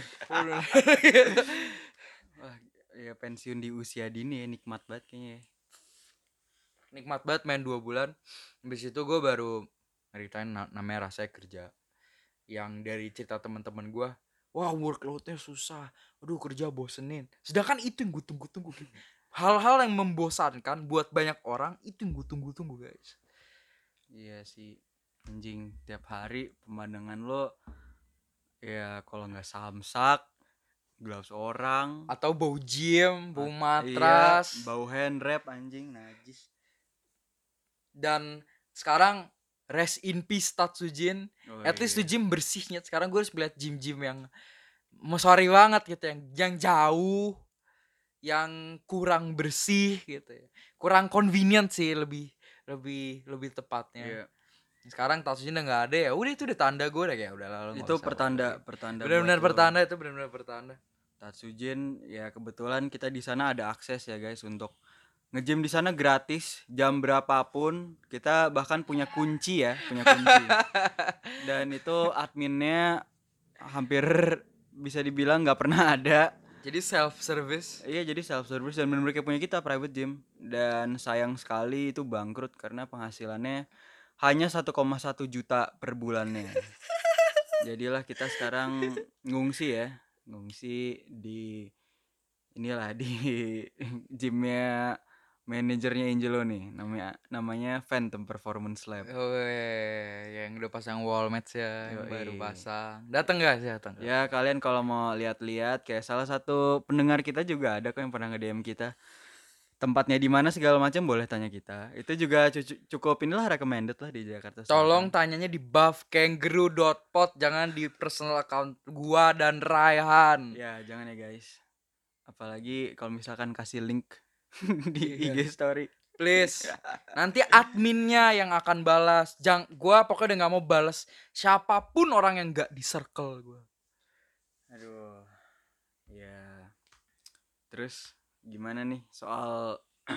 Wah, ya pensiun di usia dini ya nikmat banget kayaknya. ya.
Nikmat banget main dua bulan. Habis itu gue baru ngeritain na- namanya rasanya kerja. Yang dari cerita teman-teman gue, wah workloadnya susah, aduh kerja bosenin. Sedangkan itu yang gue tunggu-tunggu. Hal-hal yang membosankan buat banyak orang itu yang gue tunggu-tunggu guys.
Iya sih anjing tiap hari pemandangan lo ya kalau nggak samsak gloves orang
Atau bau gym, bau
Mat-
matras.
iya, bau hand wrap anjing najis.
Dan sekarang rest in peace Tatsujin.
Oh,
At least
iya.
tuh gym bersihnya. Sekarang gue harus melihat gym-gym yang mau sorry banget gitu, yang yang jauh, yang kurang bersih gitu ya. Kurang convenient sih lebih lebih lebih tepatnya.
Iya.
Sekarang Tatsujin udah nggak ada ya. Udah itu udah tanda gue udah kayak udah lalu.
Itu pertanda pertanda
Benar-benar
buat lo.
pertanda itu benar-benar pertanda.
Tatsujin ya kebetulan kita di sana ada akses ya guys untuk nge-gym di sana gratis jam berapapun, kita bahkan punya kunci ya, punya kunci. Dan itu adminnya hampir bisa dibilang nggak pernah ada.
Jadi self service.
Iya jadi self service dan benar-benar kayak punya kita private gym. Dan sayang sekali itu bangkrut karena penghasilannya hanya satu koma satu juta per bulannya. Jadilah kita sekarang ngungsi ya, ngungsi di inilah di gymnya manajernya Angelo nih, namanya namanya Phantom Performance Lab.
Oh, yang udah pasang wall mats ya, yang
Yoi.
baru pasang. Datang gak sih, datang?
Ya kalian kalau mau lihat-lihat kayak salah satu pendengar kita juga ada kok yang pernah nge-D M kita. tempatnya di mana segala macam boleh tanya kita. Itu juga cu- cukup inilah recommended lah di Jakarta
Tolong
Selatan.
tanyanya di buff kangaroo dot pod, jangan di personal account gua dan Raihan.
Ya, jangan ya guys. Apalagi kalau misalkan kasih link di
Iya.
I G story.
Please. Nanti adminnya yang akan balas. Jang, gua pokoknya udah nggak mau balas siapapun orang yang nggak di circle gua.
Aduh. Ya. Terus gimana nih soal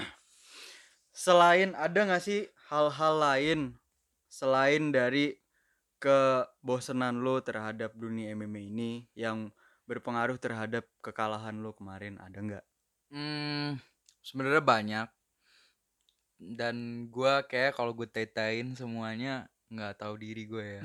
selain ada nggak sih hal-hal lain selain dari kebosanan lo terhadap dunia M M A ini yang berpengaruh terhadap kekalahan lo kemarin, ada nggak?
Hmm, sebenarnya banyak. Dan gua kayak kalau gue tetain semuanya nggak tahu diri gue ya.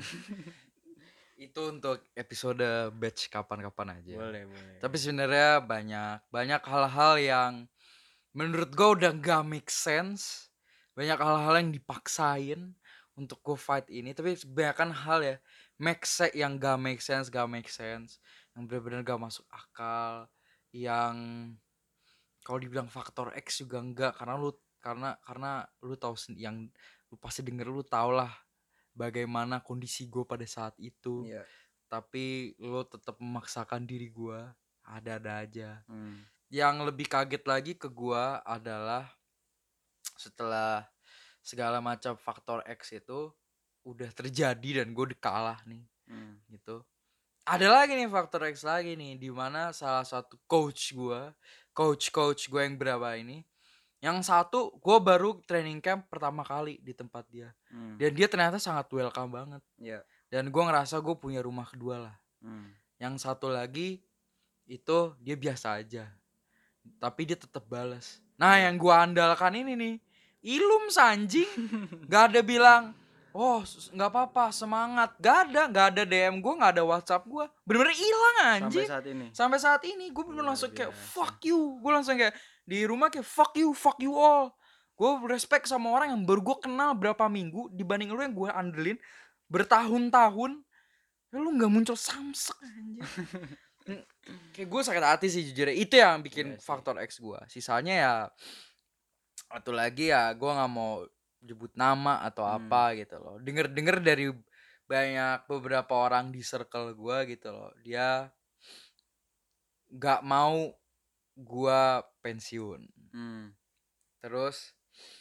Itu untuk episode batch kapan-kapan aja.
Boleh, boleh.
Tapi sebenarnya banyak banyak hal-hal yang menurut gue udah gak make sense. Banyak hal-hal yang dipaksain untuk gue fight ini. Tapi kebanyakan hal ya make sense, yang gak make sense, gak make sense, yang benar-benar gak masuk akal, yang kalau dibilang faktor X juga enggak, karena lu karena karena lu tahu sen- yang lu pasti denger, lu tau lah bagaimana kondisi gue pada saat itu.
Iya.
Tapi lu tetap memaksakan diri gue, ada-ada aja.
Hmm.
Yang lebih kaget lagi ke gue adalah setelah segala macam faktor X itu udah terjadi dan gue udah kalah nih,
Hmm.
gitu. Ada lagi nih faktor X lagi nih, di mana salah satu coach gue, coach coach gue yang berapa ini, yang satu gue baru training camp pertama kali di tempat dia,
Hmm.
dan dia ternyata sangat welcome banget.
Iya.
Dan gue ngerasa gue punya rumah kedua lah.
Hmm.
Yang satu lagi itu dia biasa aja, tapi dia tetap balas. Nah, yang gue andalkan ini nih, Ilum sanjing, gak ada bilang, oh s- nggak apa-apa, semangat, gak ada, gak ada D M gue, gak ada WhatsApp gue, bener-bener hilang
Sampai
anjing.
saat ini.
Sampai saat ini gue bener
Luar
langsung kayak
biasa.
fuck you, gue langsung kayak di rumah kayak fuck you, fuck you all. Gue respect sama orang yang baru gue kenal berapa minggu dibanding lu yang gue andelin bertahun-tahun. Ya lu nggak muncul samsek anjir. Hmm, kayak gue sakit hati sih jujur, itu yang bikin
Iya sih.
faktor X gue. Sisanya ya satu lagi ya gue nggak mau jebut nama atau
Hmm.
apa gitu loh. Denger-denger dari banyak beberapa orang di circle gue gitu loh, dia nggak mau gue pensiun.
Hmm.
Terus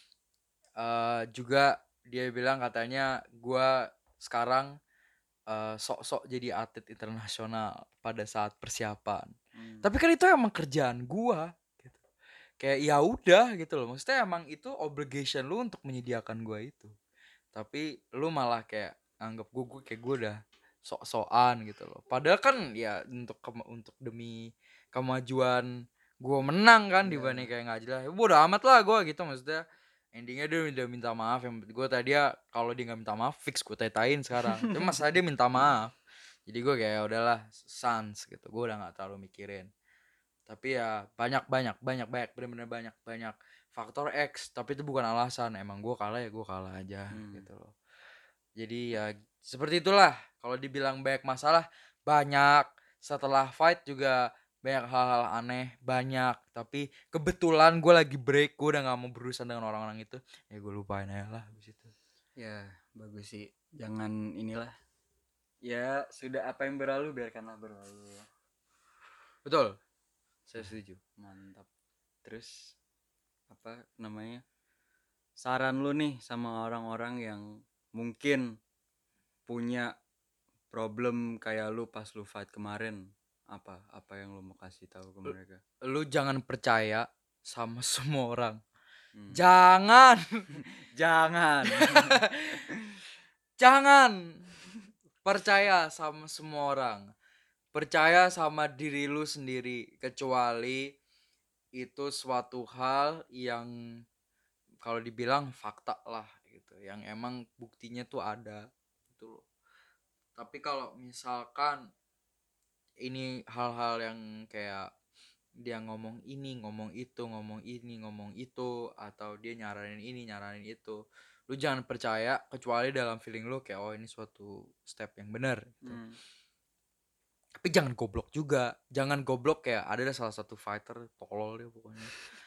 eh juga dia bilang katanya gue sekarang eh, sok-sok jadi atlet internasional pada saat persiapan.
Hmm.
Tapi kan itu emang kerjaan gua gitu. Kayak ya udah gitu loh. Maksudnya emang itu obligation lu untuk menyediakan gua itu. Tapi lu malah kayak anggap gua, gua kayak gua udah sok-sokan gitu loh. Padahal kan ya untuk kema- untuk demi kemajuan gua menang kan,
Iya.
dibanding kayak nggak jelas. Ya bodo amat lah gua gitu, maksudnya endingnya dia udah minta maaf. Yang gue tadi ya kalau dia nggak minta maaf fix gue tetain sekarang. Tapi masalah dia minta maaf, jadi gue kayak "Ya udahlah sans gitu, gue udah nggak terlalu mikirin." Tapi ya banyak banyak banyak banyak bener-bener banyak banyak faktor X, tapi itu bukan alasan. Emang gue kalah ya gue kalah aja.
Hmm.
Gitu loh. Jadi ya seperti itulah. Kalau dibilang banyak masalah, banyak. Setelah fight juga banyak hal-hal aneh, banyak. Tapi kebetulan gue lagi break, gue udah gak mau berurusan dengan orang-orang itu. Ya gue lupain aja lah habis itu.
Ya, bagus sih. Jangan inilah. Ya, sudah apa yang berlalu biarkanlah berlalu.
Betul, saya setuju.
Mantap. Terus apa namanya? Saran lu nih sama orang-orang yang mungkin punya problem kayak lu pas lu fight kemarin. Apa apa yang lu mau kasih tahu ke mereka?
Lu jangan percaya sama semua orang.
Hmm.
Jangan.
Jangan.
Jangan percaya sama semua orang. Percaya sama diri lu sendiri, kecuali itu suatu hal yang kalau dibilang fakta lah gitu, yang emang buktinya tuh ada gitu loh. Tapi kalau misalkan ini hal-hal yang kayak dia ngomong ini, ngomong itu, ngomong ini, ngomong itu, atau dia nyaranin ini, nyaranin itu, lu jangan percaya kecuali dalam feeling lu kayak oh ini suatu step yang benar gitu.
Hmm.
Tapi jangan goblok juga, jangan goblok kayak ada salah satu fighter tolol dia pokoknya.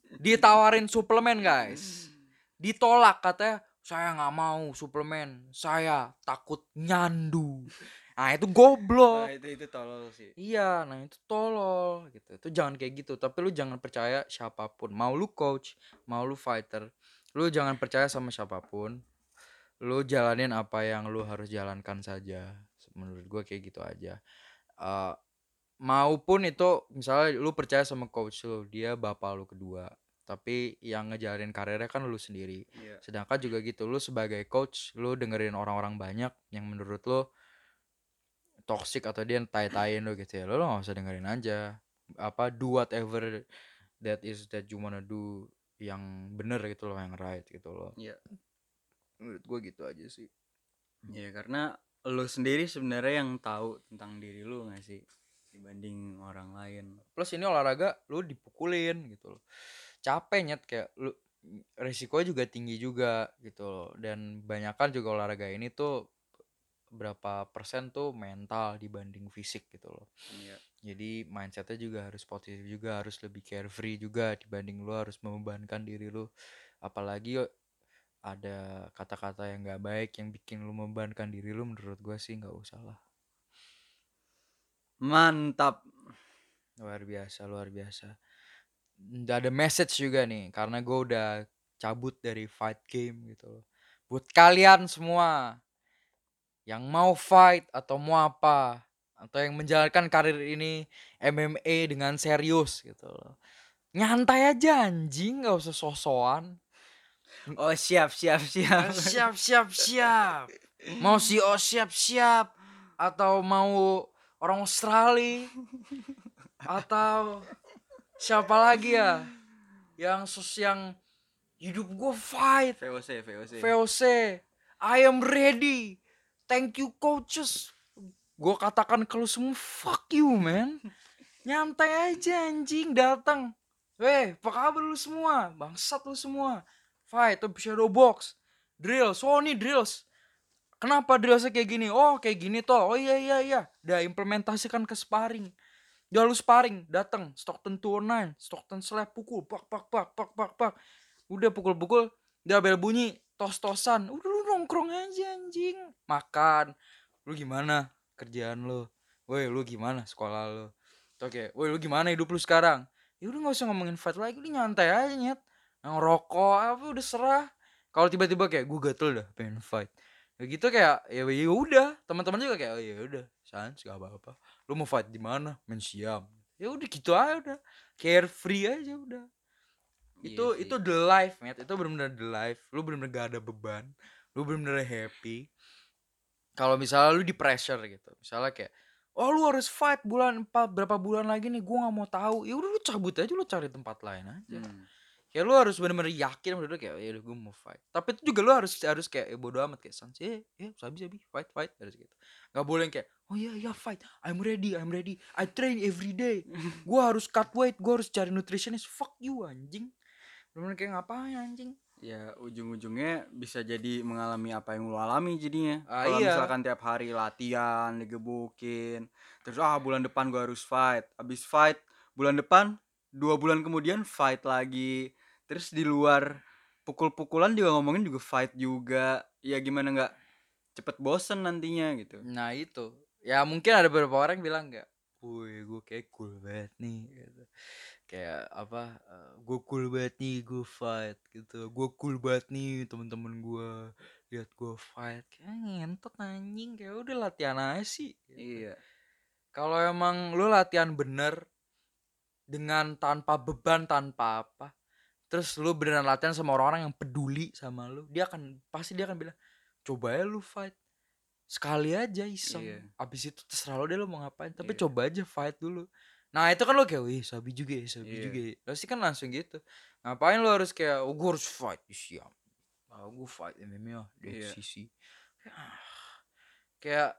Ditawarin suplemen guys, ditolak katanya saya nggak mau suplemen, saya takut nyandu. Nah itu goblok.
Nah, itu itu tolol sih.
Iya, nah itu tolol gitu. Itu jangan kayak gitu. Tapi lu jangan percaya siapapun. Mau lu coach, mau lu fighter, lu jangan percaya sama siapapun. Lu jalanin apa yang lu harus jalankan saja. Menurut gue kayak gitu aja. Eh, maupun itu misalnya lu percaya sama coach lu, dia bapak lu kedua. Tapi yang ngejalanin karirnya kan lu sendiri.
Iya.
Sedangkan juga gitu, lu sebagai coach, lu dengerin orang-orang banyak yang menurut lu toxic atau dia tai-taiin lo gitu ya, lo lo nggak usah dengerin aja. Apa do whatever that is that you wanna do yang bener gitu loh, yang right gitu loh.
Iya.
Menurut gue gitu aja sih.
Ya karena lu sendiri sebenarnya yang tahu tentang diri lu nggak sih dibanding orang lain.
Plus ini olahraga lu dipukulin gitu loh, capek nyet, kayak lu resikonya juga tinggi juga gitu loh. Dan banyakan juga olahraga ini tuh berapa persen tuh mental dibanding fisik gitu loh.
Iya.
Jadi mindsetnya juga harus positif juga, harus lebih carefree juga dibanding lu harus membebankan diri lu. Apalagi yo ada kata-kata yang gak baik yang bikin lu membebankan diri lu, menurut gue sih gak usah lah.
Mantap.
Luar biasa, luar biasa. Udah ada message juga nih, karena gue udah cabut dari fight game gitu loh. Buat kalian semua yang mau fight atau mau apa, atau yang menjalankan karir ini M M A dengan serius gitu loh, nyantai aja anjing, gak usah sosokan.
Oh siap siap siap.
Siap siap siap. Mau si O siap siap, atau mau orang Australia, atau siapa lagi ya yang sus yang hidup gue fight,
V O C V O C.
V O C, I am ready, thank you coaches. Gue katakan kalau semua fuck you man, nyantai aja anjing, datang. Weh, apa kabar lu semua? Bangsat lu semua. Fight, shadow box, drill, Sony drills. Kenapa drillsnya kayak gini? Oh kayak gini toh. Oh iya iya iya. Udah implementasikan ke sparring. Udah lu sparring, datang Stockton dua nol sembilan, Stockton slap, pukul, pak pak pak pak pak pak. Udah pukul-pukul, udah bel bunyi, tos-tosan. Udah lu nongkrong aja anjing. Makan. Lu gimana kerjaan lu? Woi lu gimana sekolah lu? Oke, woi lu gimana hidup lu sekarang? Ya udah nggak usah ngomongin fight lagi, lu nyantai aja nyet. Yang rokok apa udah serah. Kalau tiba-tiba kayak gue gatel dah pengen fight, ya gitu kayak ya ya udah, teman-teman juga kayak oh ya udah sans gak apa-apa. Lu mau fight di mana? Main Siam. Ya udah gitu aja, udah carefree aja udah. Itu
Iya
itu
sih.
the life, met. Itu benar-benar the life. Lu benar-benar gak ada beban. Lu benar-benar happy. Kalau misalnya lu di pressure gitu, misalnya kayak oh lu harus fight bulan empat berapa bulan lagi nih, gua nggak mau tahu. Ya udah lu cabut aja, lu cari tempat lain aja.
Hmm.
Kayak lu harus benar-benar yakin udah kayak ya udah gue mau fight. Tapi itu juga lu harus harus kayak ya bodo amat kayak sans eh eh sabi sabi fight fight harus gitu. Gak boleh yang kayak oh iya iya fight, I'm ready I'm ready, I train every day. Gue harus cut weight, gue harus cari nutritionist. Fuck you anjing. Bener-bener kayak ngapain anjing.
Ya ujung-ujungnya bisa jadi mengalami apa yang lu alami jadinya.
Ah,
Kalau
iya.
misalkan tiap hari latihan, digebukin, terus ah bulan depan gua harus fight, abis fight bulan depan dua bulan kemudian fight lagi, terus di luar pukul-pukulan juga ngomongin juga fight juga, ya gimana nggak cepet bosen nantinya gitu.
Nah itu ya mungkin ada beberapa orang yang bilang nggak, woi gue kayak cool banget nih gitu. Kayak apa uh, gue cool banget nih gue fight gitu, gue cool banget nih temen-temen gue lihat gue fight. Kayak ngentot anjing, kayak udah latihan aja sih gitu.
Iya.
Kalau emang lu latihan bener dengan tanpa beban, tanpa apa, terus lu beneran latihan sama orang-orang yang peduli sama lu, dia akan pasti dia akan bilang coba ya lu fight sekali aja iseng.
Iya.
Abis itu terserah lo deh lo mau ngapain, tapi
Iya.
coba aja fight dulu. Nah itu kan lo kayak wih sabi juga ya sabi
Iya.
juga ya, pasti kan langsung gitu. Ngapain lo harus kayak oh gue harus fight siap, oh, gue fight M M A di
Iya.
F C C. Ah, kayak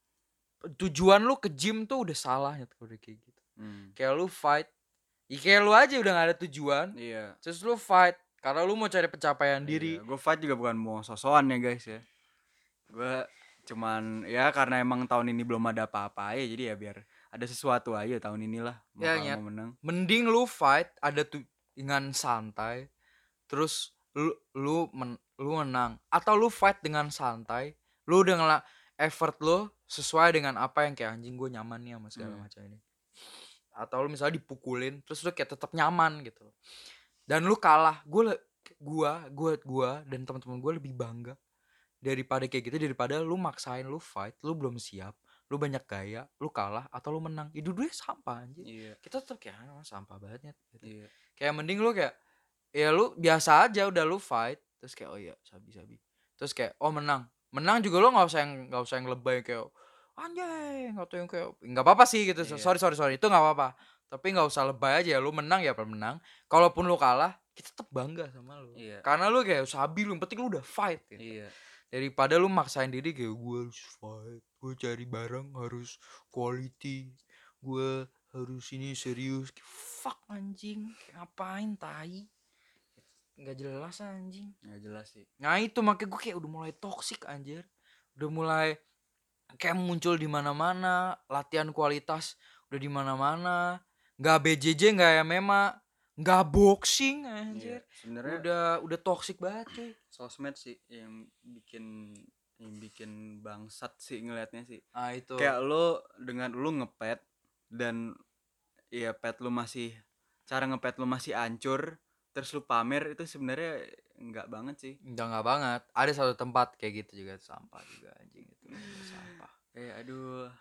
tujuan lu ke gym tuh udah salah ya udah kayak gitu.
Hmm.
Kayak lu fight ya kayak lu aja udah gak ada tujuan,
Iya.
terus lu fight karena lu mau cari pencapaian diri.
Iya. Gue fight juga bukan mau sosokan ya guys ya. Gue cuman ya karena emang tahun ini belum ada apa-apa aja, jadi ya biar ada sesuatu aja tahun inilah
Ya,
bakal
Nyet.
mau menang.
Mending lu fight ada tu dengan santai, terus lu lu men, lu menang, atau lu fight dengan santai, lu udah ngela effort lu sesuai dengan apa yang kayak anjing gue nyaman nih sama segala
Hmm.
macam ini. Atau lu misalnya dipukulin terus lu kayak tetap nyaman gitu. Dan lu kalah, gue gua gua gua dan teman-teman gue lebih bangga daripada kayak gitu, daripada lu maksain lu fight, lu belum siap, lu banyak gaya, lu kalah atau lu menang. Ya dua-duanya sampah anjir.
Iya.
Kita tetap kayak ah, sampah banget gitu.
Iya.
Kayak mending lu kayak ya lu biasa aja udah lu fight terus kayak oh iya sabi-sabi. Terus kayak oh menang. Menang juga lu nggak usah yang nggak usah yang lebay kayak anjay, nggak yang kayak nggak apa-apa sih gitu.
Iya.
Sorry sorry sorry itu nggak apa-apa. Tapi nggak usah lebay aja, lu menang ya menang. Kalaupun lu kalah, kita tetap bangga sama lu.
Iya.
Karena lu kayak sabi lu, yang penting lu udah fight gitu.
Iya.
Daripada lu maksain diri kayak gue harus fight, gue cari barang harus quality, gue harus ini serius. Fuck anjing, kayak ngapain tai? Nggak jelas anjing.
Nggak jelas sih.
Nah itu makanya gue kayak udah mulai toxic anjir. Udah mulai kayak muncul di mana-mana, latihan kualitas udah di mana-mana. Nggak B J J, nggak M M A, nggak boxing anjir.
Iya. Sebenarnya
Udah udah toxic banget cuy.
sosmed sih yang bikin yang bikin bangsat sih ngelihatnya sih.
Ah itu.
Kayak lo dengan lo ngepet dan ya pet lu masih cara ngepet lu masih hancur terus lu pamer itu sebenarnya enggak banget sih.
Enggak enggak banget. Ada satu tempat kayak gitu juga sampah juga anjing itu. Sampah.
Eh aduh.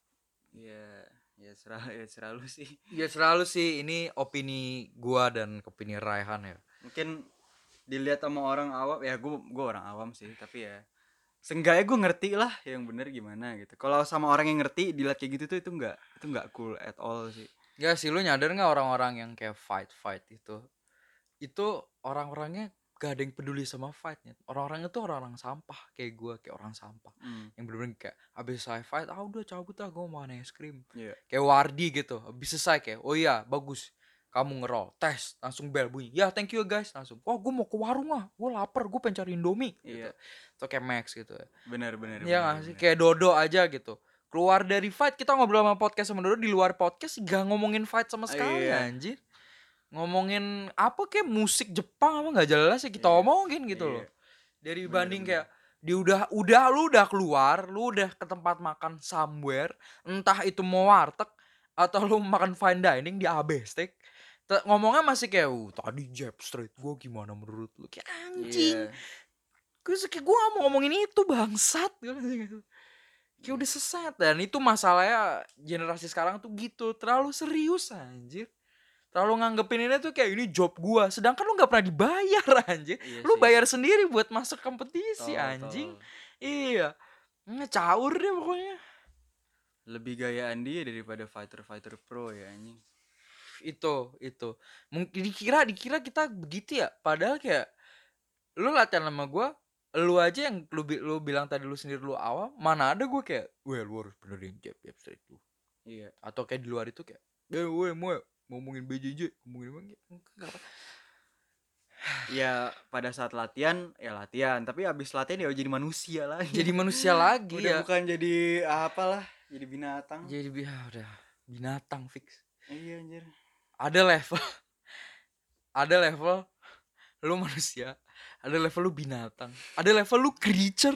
Ya ya serah ya serah lu sih.
Ya selalu sih ini opini gua dan opini Raihan ya.
Mungkin dilihat sama orang awam ya gua gua orang awam sih tapi ya seenggaknya gue ngerti lah yang bener gimana gitu. Kalau sama orang yang ngerti dilihat kayak gitu tuh itu enggak itu enggak cool at all sih.
Enggak sih, lu nyadar nggak orang-orang yang kayak fight-fight itu itu orang-orangnya gak ada yang peduli sama fightnya. Orang-orangnya tuh orang-orang sampah kayak gue, kayak orang sampah
Hmm.
yang bener-bener kayak abis selesai fight ah udah cabut ah gue mau makan es krim.
Iya.
Kayak Wardi gitu, abis selesai kayak oh iya bagus kamu ngerol tes langsung bel bunyi ya thank you guys langsung oh gue mau ke warung ah gue lapar gue pengen cari Indomie gitu.
Iya.
Atau kayak Max gitu ya.
Benar benar.
Iya
benar,
gak sih?
benar.
Kayak Dodo aja gitu. Keluar dari fight kita ngobrol sama podcast sama Dodo di luar podcast gak ngomongin fight sama sekali
Iya.
anjir. Ngomongin apa kayak musik Jepang apa gak jelas ya kita
Iya.
omongin gitu
Iya.
loh. Dari
Bener,
banding
bener.
kayak di udah udah lu udah keluar, lu udah ke tempat makan somewhere, entah itu mau warteg atau lu makan fine dining di A B Steak. Te- ngomongnya masih kayak uh, tadi jab straight gue gimana menurut lu kayak anjing.
Iya.
Gue kayak gue gak mau ngomongin itu bangsat gitu. Kayak udah sesat. Dan itu masalahnya generasi sekarang tuh gitu. Terlalu serius anjir. Terlalu nganggepin ini tuh kayak ini job gue. Sedangkan lu gak pernah dibayar anjir.
Iya
Lu
sih.
bayar sendiri buat masuk kompetisi
Tol,
anjing.
tol.
Iya. Ngecaur deh pokoknya.
Lebih gayaan dia daripada fighter-fighter pro ya anjing.
Itu itu mungkin dikira dikira kita begitu ya, padahal kayak lu latihan sama gue, lu aja yang lu, bi- lu bilang tadi lu sendiri lu awam, mana ada gue kayak well lu harus benerin jab jab straight lu,
Iya.
atau kayak di luar itu kayak eh weh mau ngomongin B J J ngomongin apa enggak apa.
Ya pada saat latihan ya latihan, tapi abis latihan ya jadi manusia lagi.
Jadi manusia lagi
udah
ya,
bukan jadi apalah, jadi binatang.
jadi bi- ah, udah binatang fix.
Iya anjir.
Ada level ada level lu manusia, ada level lu binatang, ada level lu creature.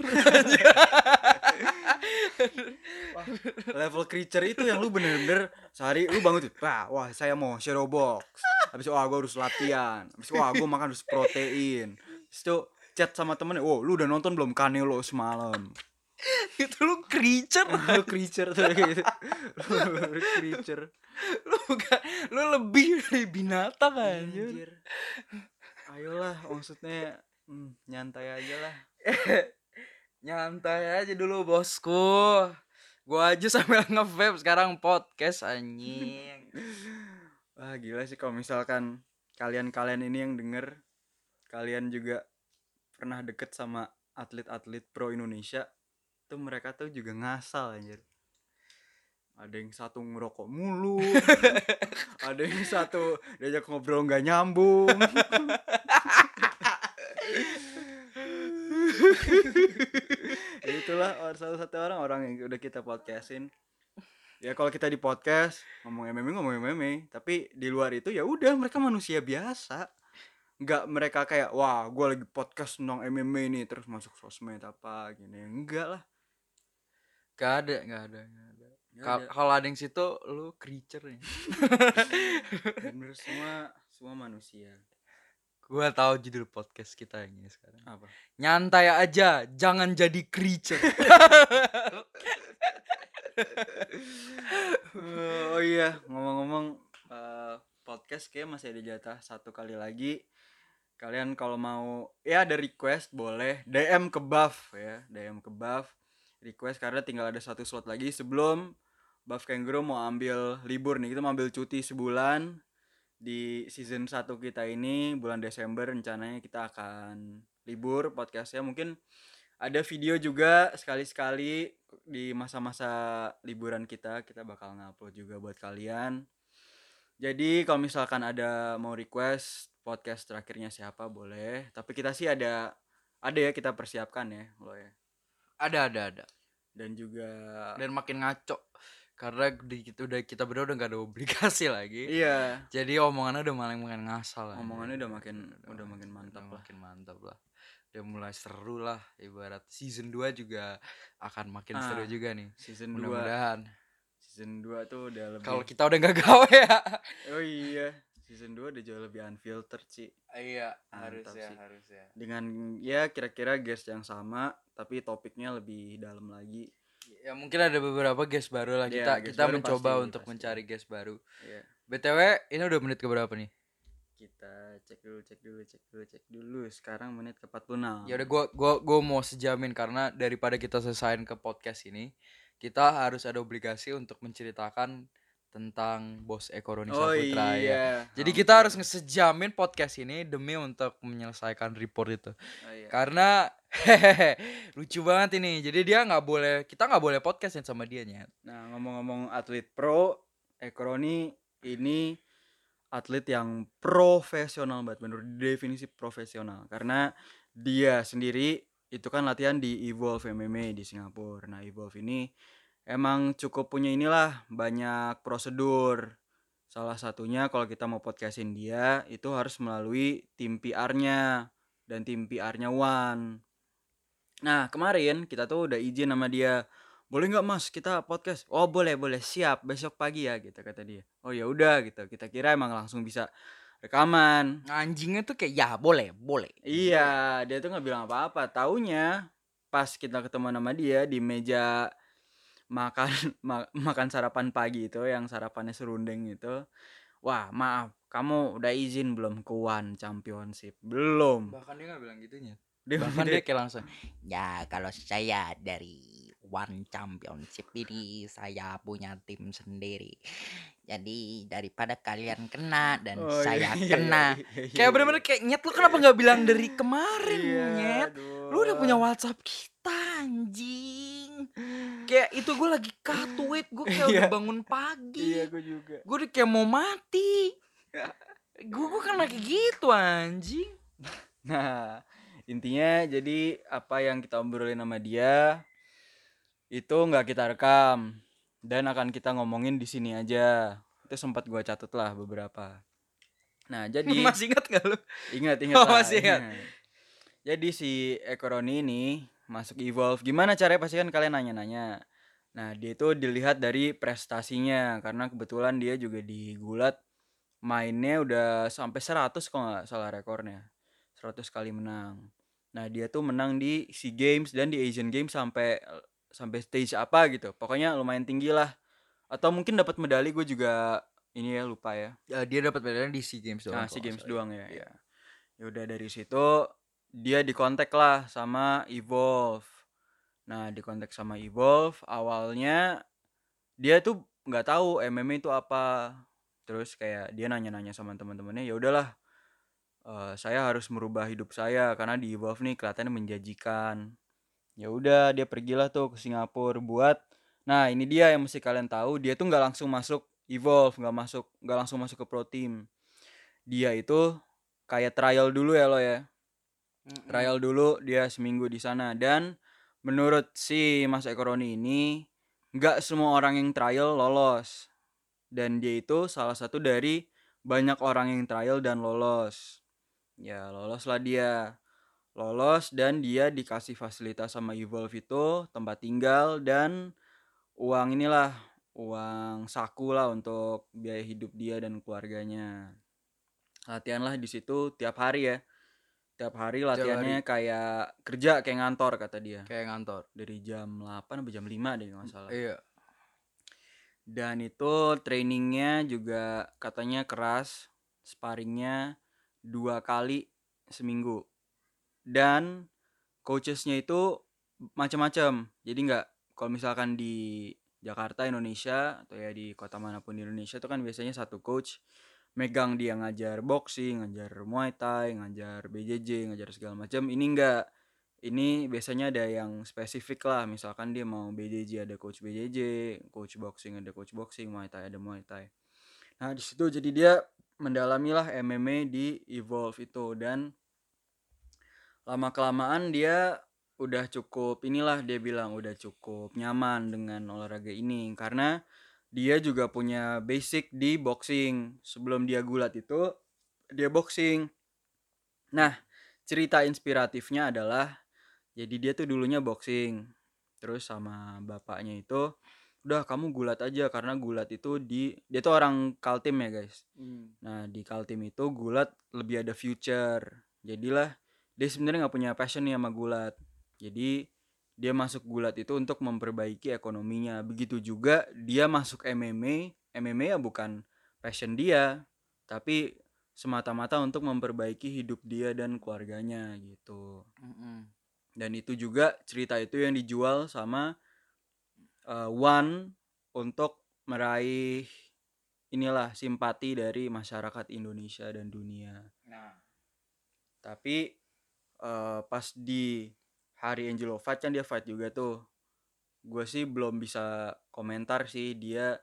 Wah, level creature itu yang lu bener-bener sehari lu bangun tuh, wah, wah saya mau shadow box. Habis itu wah gue harus latihan. Habis itu wah gue makan harus protein. Habis itu chat sama temennya, wow lu udah nonton belum Canelo semalam?
Itu lu creature.
Lu creature tuh kayak gitu. Lu creature.
Lu bukan, lu lebih dari binatang anjir.
Anjir. Ayolah maksudnya hmm, nyantai aja lah.
Nyantai aja dulu bosku. Gua aja sambil nge-vape sekarang podcast anjing.
Wah gila sih kalau misalkan kalian-kalian ini yang denger, kalian juga pernah deket sama atlet-atlet pro Indonesia, tuh mereka tuh juga ngasal anjir. Ada yang satu ngerokok mulu, ada yang satu diajak ngobrol nggak nyambung. Itulah salah satu orang orang yang udah kita podcastin Ya kalau kita di podcast ngomong M M A ngomong M M A, tapi di luar itu ya udah mereka manusia biasa. Enggak mereka kayak wah gue lagi podcast tentang M M A nih terus masuk sosmed apa gini. Enggak lah.
Gak ada, gak ada, gak ada.
Nggak
Ka-
ada.
Kalau ada yang situ lu creature nih.
Bener semua semua manusia.
Gua tahu judul podcast kita ini sekarang.
Apa?
Nyantai aja, jangan jadi creature.
Eh, oh iya ngomong-ngomong eh, podcast kayak masih ada jatah satu kali lagi. Kalian kalau mau ya ada request boleh D M ke Buff ya, D M ke Buff request karena tinggal ada satu slot lagi sebelum Buff Kangaroo mau ambil libur nih. Kita mau ambil cuti sebulan di season satu kita ini bulan Desember rencananya kita akan libur podcastnya. Mungkin ada video juga sekali-sekali di masa-masa liburan kita kita bakal ngupload juga buat kalian. Jadi kalau misalkan ada mau request podcast terakhirnya siapa boleh, tapi kita sih ada ada ya kita persiapkan ya lo ya.
Ada, ada, ada.
Dan juga
Dan makin ngaco karena di kita udah kita berdua udah gak ada obligasi lagi.
iya,
Jadi omongannya udah makin makin ngasal lah.
omongannya udah makin udah makin mantap
udah
lah.
Makin mantap lah. Udah mulai seru lah, ibarat season dua juga akan makin
Ah,
seru juga nih.
Season dua
Mudah-mudahan.
season dua tuh udah lebih
Kalau kita udah gak gawe ya.
oh iya, season dua udah jauh lebih unfiltered sih.
Iya,
Mantap
harus ya,
sih.
harus ya.
Dengan ya kira-kira guest yang sama tapi topiknya lebih dalam lagi.
Ya mungkin ada beberapa guest baru lah.
Iya,
Kita
guest
kita
baru
mencoba
pasti,
untuk
pasti.
mencari guest baru.
Iya.
B T W ini udah menit ke berapa nih?
Kita cek dulu, cek dulu, cek dulu, cek dulu. Sekarang menit ke empat puluh enam.
Ya udah gua gua gua mau sejamin karena daripada kita selesain ke podcast ini, kita harus ada obligasi untuk menceritakan tentang Bos Eko Roni
Oh
Saputra ya.
iya.
Jadi kita harus ngesejamin podcast ini demi untuk menyelesaikan report itu.
Oh, iya.
Karena hehehe lucu banget ini. Jadi dia nggak boleh, kita nggak boleh podcastin sama dia nyet.
Nah ngomong-ngomong atlet pro, Eko Roni ini atlet yang profesional banget menurut definisi profesional. Karena dia sendiri itu kan latihan di Evolve M M A di Singapura. Nah Evolve ini emang cukup punya inilah banyak prosedur. Salah satunya kalau kita mau podcastin dia itu harus melalui tim P R-nya dan tim P R-nya One. Nah kemarin kita tuh udah izin sama dia, boleh nggak mas kita podcast? Oh boleh boleh siap besok pagi ya gitu kata dia. Oh ya udah gitu kita kira emang langsung bisa rekaman.
Anjingnya tuh kayak ya boleh, boleh.
Iya dia tuh nggak bilang apa-apa. Taunya pas kita ketemu sama dia di meja makan ma- makan sarapan pagi itu yang sarapannya serundeng itu, wah maaf kamu udah izin belum ke One Championship? Belum.
Bahkan dia nggak bilang gitunya.
Dia,
Bahkan
dia-
dia kayak langsung
Ya kalau saya dari One Championship ini saya punya tim sendiri. Jadi daripada kalian kena dan
Oh,
saya
iya, iya,
kena.
iya, iya,
kayak
iya.
bener-bener kayak nyet lu kenapa nggak bilang dari kemarin
Iya,
nyet?
aduh.
Lu udah punya WhatsApp kita anjing. Kayak itu gue lagi cut weight, gue kayak
Iya.
udah bangun pagi.
Iya gue juga.
Gue udah kayak mau mati. Gue gue kan kayak gitu anjing.
Nah intinya jadi apa yang kita obrolin sama dia itu nggak kita rekam dan akan kita ngomongin di sini aja. Itu sempat gua catat lah beberapa. Nah jadi
Masih ingat gak lu?
ingat ingat
Oh,
lah,
masih ingat.
Jadi si Eko Roni ini masuk Evolve gimana caranya, pasti kan kalian nanya-nanya. Nah dia itu dilihat dari prestasinya karena kebetulan dia juga di Gulat mainnya udah sampai seratus kalau nggak salah rekornya, seratus kali menang. Nah dia tuh menang di SEA Games dan di Asian Games sampai sampai stage apa gitu, pokoknya lumayan tinggi lah, atau mungkin dapat medali gue juga ini ya lupa ya.
Ya, dia dapat medali di SEA Games doang.
Nah
kalau
SEA
nggak
Games
salah.
doang ya. Ya. Ya udah dari situ dia dikontak lah sama Evolve. Nah dikontak sama Evolve awalnya dia tuh nggak tahu M M A itu apa. Terus kayak dia nanya-nanya sama teman-temannya, ya udahlah eh, saya harus merubah hidup saya karena di Evolve nih kelihatannya menjanjikan. Ya udah dia pergilah tuh ke Singapura buat. Nah ini dia yang mesti kalian tahu, dia tuh nggak langsung masuk Evolve, nggak masuk nggak langsung masuk ke pro team. Dia itu kayak trial dulu ya lo ya.
Mm-mm.
Trial dulu dia seminggu di sana dan menurut si Mas Eko Roni ini nggak semua orang yang trial lolos. Dan dia itu salah satu dari banyak orang yang trial dan lolos. Ya loloslah dia. Lolos dan dia dikasih fasilitas sama Evolve itu tempat tinggal dan uang inilah, uang saku lah untuk biaya hidup dia dan keluarganya. Latihan lah di situ tiap hari ya. Tiap hari
Tiap
latihannya
hari
kayak kerja kayak ngantor kata dia.
kayak ngantor.
Dari jam delapan sampai jam lima deh kalau nggak salah.
Iya.
Dan itu trainingnya juga katanya keras. Sparringnya dua kali seminggu. Dan coachesnya itu macam-macam. Jadi nggak, kalau misalkan di Jakarta, Indonesia, atau ya di kota manapun di Indonesia itu kan biasanya satu coach megang dia ngajar boxing, ngajar Muay Thai, ngajar B J J, ngajar segala macam. Ini enggak. Ini biasanya ada yang spesifik lah. Misalkan dia mau B J J ada coach B J J, coach boxing ada coach boxing, Muay Thai ada Muay Thai. Nah, di situ jadi dia mendalami lah M M A di Evolve itu, dan lama kelamaan dia udah cukup inilah, dia bilang udah cukup nyaman dengan olahraga ini karena dia juga punya basic di boxing. Sebelum dia gulat itu dia boxing. Nah, cerita inspiratifnya adalah jadi dia tuh dulunya boxing. Terus sama bapaknya itu udah kamu gulat aja karena gulat itu di dia tuh orang Kaltim ya guys. Nah di Kaltim itu gulat lebih ada future. Jadilah dia sebenarnya nggak punya passion nih sama gulat. Jadi dia masuk gulat itu untuk memperbaiki ekonominya. Begitu juga dia masuk M M A. M M A ya bukan passion dia, tapi semata-mata untuk memperbaiki hidup dia dan keluarganya gitu.
Mm-mm.
Dan itu juga cerita itu yang dijual sama uh, One untuk meraih inilah simpati dari masyarakat Indonesia dan dunia.
Nah,
Tapi uh, pas di hari Angelo Fight kan dia fight juga tuh. Gue sih belum bisa komentar sih dia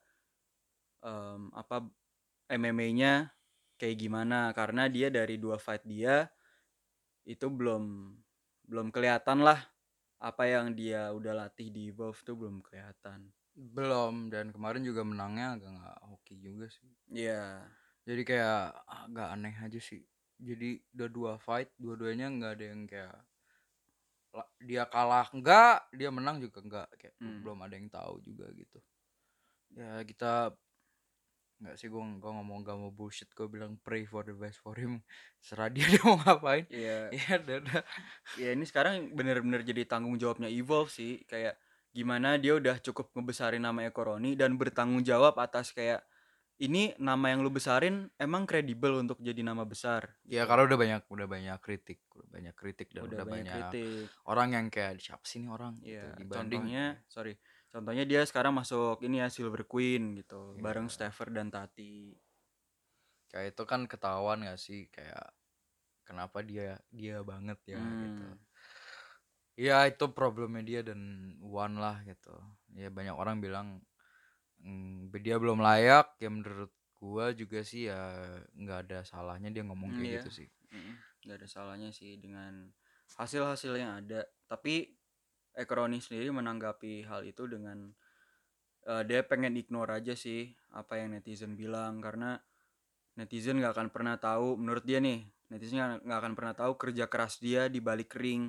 um, apa M M A-nya kayak gimana karena dia dari dua fight dia itu belum belum kelihatan lah apa yang dia udah latih di Evolve tuh belum kelihatan.
belum, dan kemarin juga menangnya agak nggak hoki juga sih.
Iya.
Jadi kayak agak aneh aja sih. Jadi udah dua fight, dua-duanya nggak ada yang kayak la- dia kalah enggak, dia menang juga enggak, kayak
Hmm.
belum ada yang tahu juga gitu. Ya kita nggak sih, gue gue ngomong gak mau bullshit, gue bilang pray for the best for him, serah dia dia mau ngapain.
Iya.
Ya udah.
Ya ini sekarang bener-bener jadi tanggung jawabnya Evolve sih, kayak gimana dia udah cukup ngebesarin nama Eko Roni dan bertanggung jawab atas kayak ini nama yang lu besarin emang kredibel untuk jadi nama besar.
Ya
gitu.
karena udah banyak udah banyak kritik, udah banyak kritik dan
Udah
udah,
banyak
banyak,
kritik.
orang yang kayak siapa sih nih orang
Iya,
gitu, dibanding
contohnya sorry, contohnya dia sekarang masuk ini ya Silver Queen gitu,
Iya.
bareng Staffer dan Tati.
kayak itu kan ketahuan gak sih kayak kenapa dia dia banget ya gitu.
Hmm.
Ya itu problemnya dia dan One lah gitu. Ya banyak orang bilang mm, dia belum layak, ya menurut gua juga sih ya nggak ada salahnya dia ngomong
Hmm,
kayak
iya.
gitu sih.
Mm-mm. Nggak ada salahnya sih dengan hasil-hasil yang ada. Tapi Eko Roni sendiri menanggapi hal itu dengan eh, dia pengen ignore aja sih apa yang netizen bilang karena netizen nggak akan pernah tahu, menurut dia nih netizen nggak nggak akan pernah tahu kerja keras dia di balik ring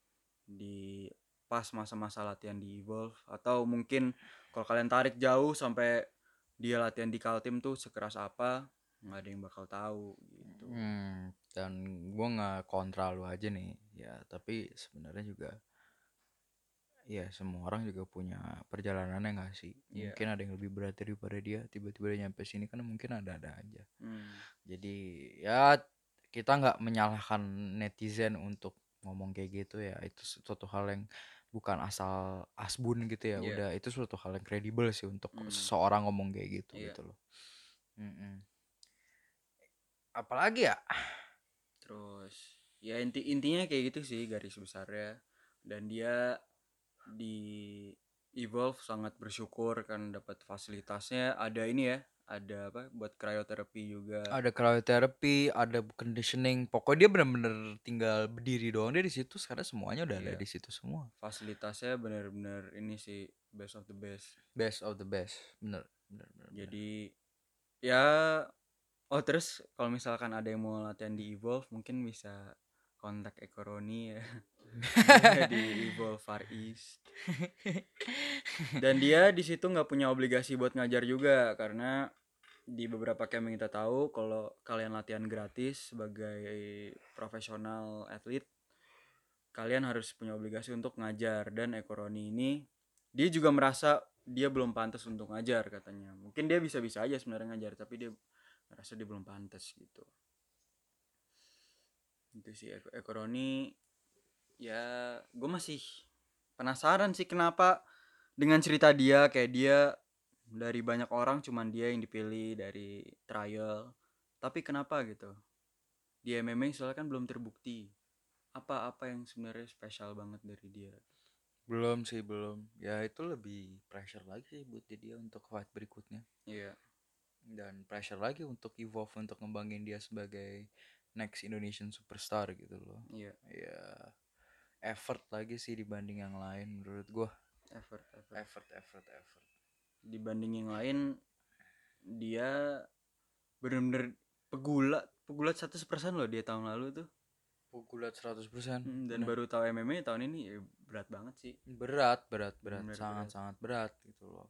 di pas masa-masa latihan di Evolve, atau mungkin kalau kalian tarik jauh sampai dia latihan di Kaltim tuh sekeras apa, nggak ada yang bakal tahu gitu.
Hmm, dan gua nggak kontra lu aja nih ya, tapi sebenarnya juga ya semua orang juga punya perjalanannya nggak sih.
Iya.
Mungkin ada yang lebih berat daripada dia, tiba-tiba dia nyampe sini kan mungkin ada-ada aja.
Hmm.
Jadi ya kita nggak menyalahkan netizen untuk ngomong kayak gitu ya, itu suatu hal yang bukan asal asbun gitu ya.
Iya.
Udah itu suatu hal yang kredibel sih untuk
Hmm.
seseorang ngomong kayak gitu.
Iya.
Gitu loh. Mm-mm. Apalagi ya,
Terus ya inti intinya kayak gitu sih garis besarnya, dan dia di Evolve sangat bersyukur kan dapat fasilitasnya, ada ini ya, ada apa buat cryotherapy juga.
Ada cryotherapy, ada conditioning. Pokoknya dia benar-benar tinggal berdiri doang dia di situ. Sekarang semuanya udah ada
Iya.
di situ semua.
Fasilitasnya benar-benar ini sih best of the best.
Best of the best. Bener, bener, bener, bener.
Jadi ya oh terus kalau misalkan ada yang mau latihan di Evolve mungkin bisa kontak Eko Roni ya. Dia di Evolve Far East. Dan dia di situ nggak punya obligasi buat ngajar juga karena di beberapa camp yang kita tahu kalau kalian latihan gratis sebagai profesional atlet kalian harus punya obligasi untuk ngajar. Dan Eko Roni ini dia juga merasa dia belum pantas untuk ngajar katanya. Mungkin dia bisa-bisa aja sebenarnya ngajar tapi dia merasa dia belum pantas gitu. Itu sih Eko, Eko Roni ya gue masih penasaran sih kenapa dengan cerita dia kayak dia dari banyak orang cuman dia yang dipilih dari trial. Tapi kenapa gitu? Di M M A soalnya kan belum terbukti. Apa-apa yang sebenarnya spesial banget dari dia?
Belum sih, belum. Ya itu lebih pressure lagi sih buat dia untuk fight berikutnya.
Iya.
Dan pressure lagi untuk evolve untuk ngembangin dia sebagai next Indonesian superstar gitu loh.
Iya.
Ya effort lagi sih dibanding yang lain menurut gua.
Effort, effort.
Effort, effort, effort.
Dibanding yang lain dia bener-bener pegulat, pegulat seratus persen loh dia tahun lalu tuh.
Pegulat seratus persen.
Hmm, dan baru tahu M M A tahun ini ya berat banget sih.
Berat, berat, berat,
Bener,
sangat-sangat berat gitu loh.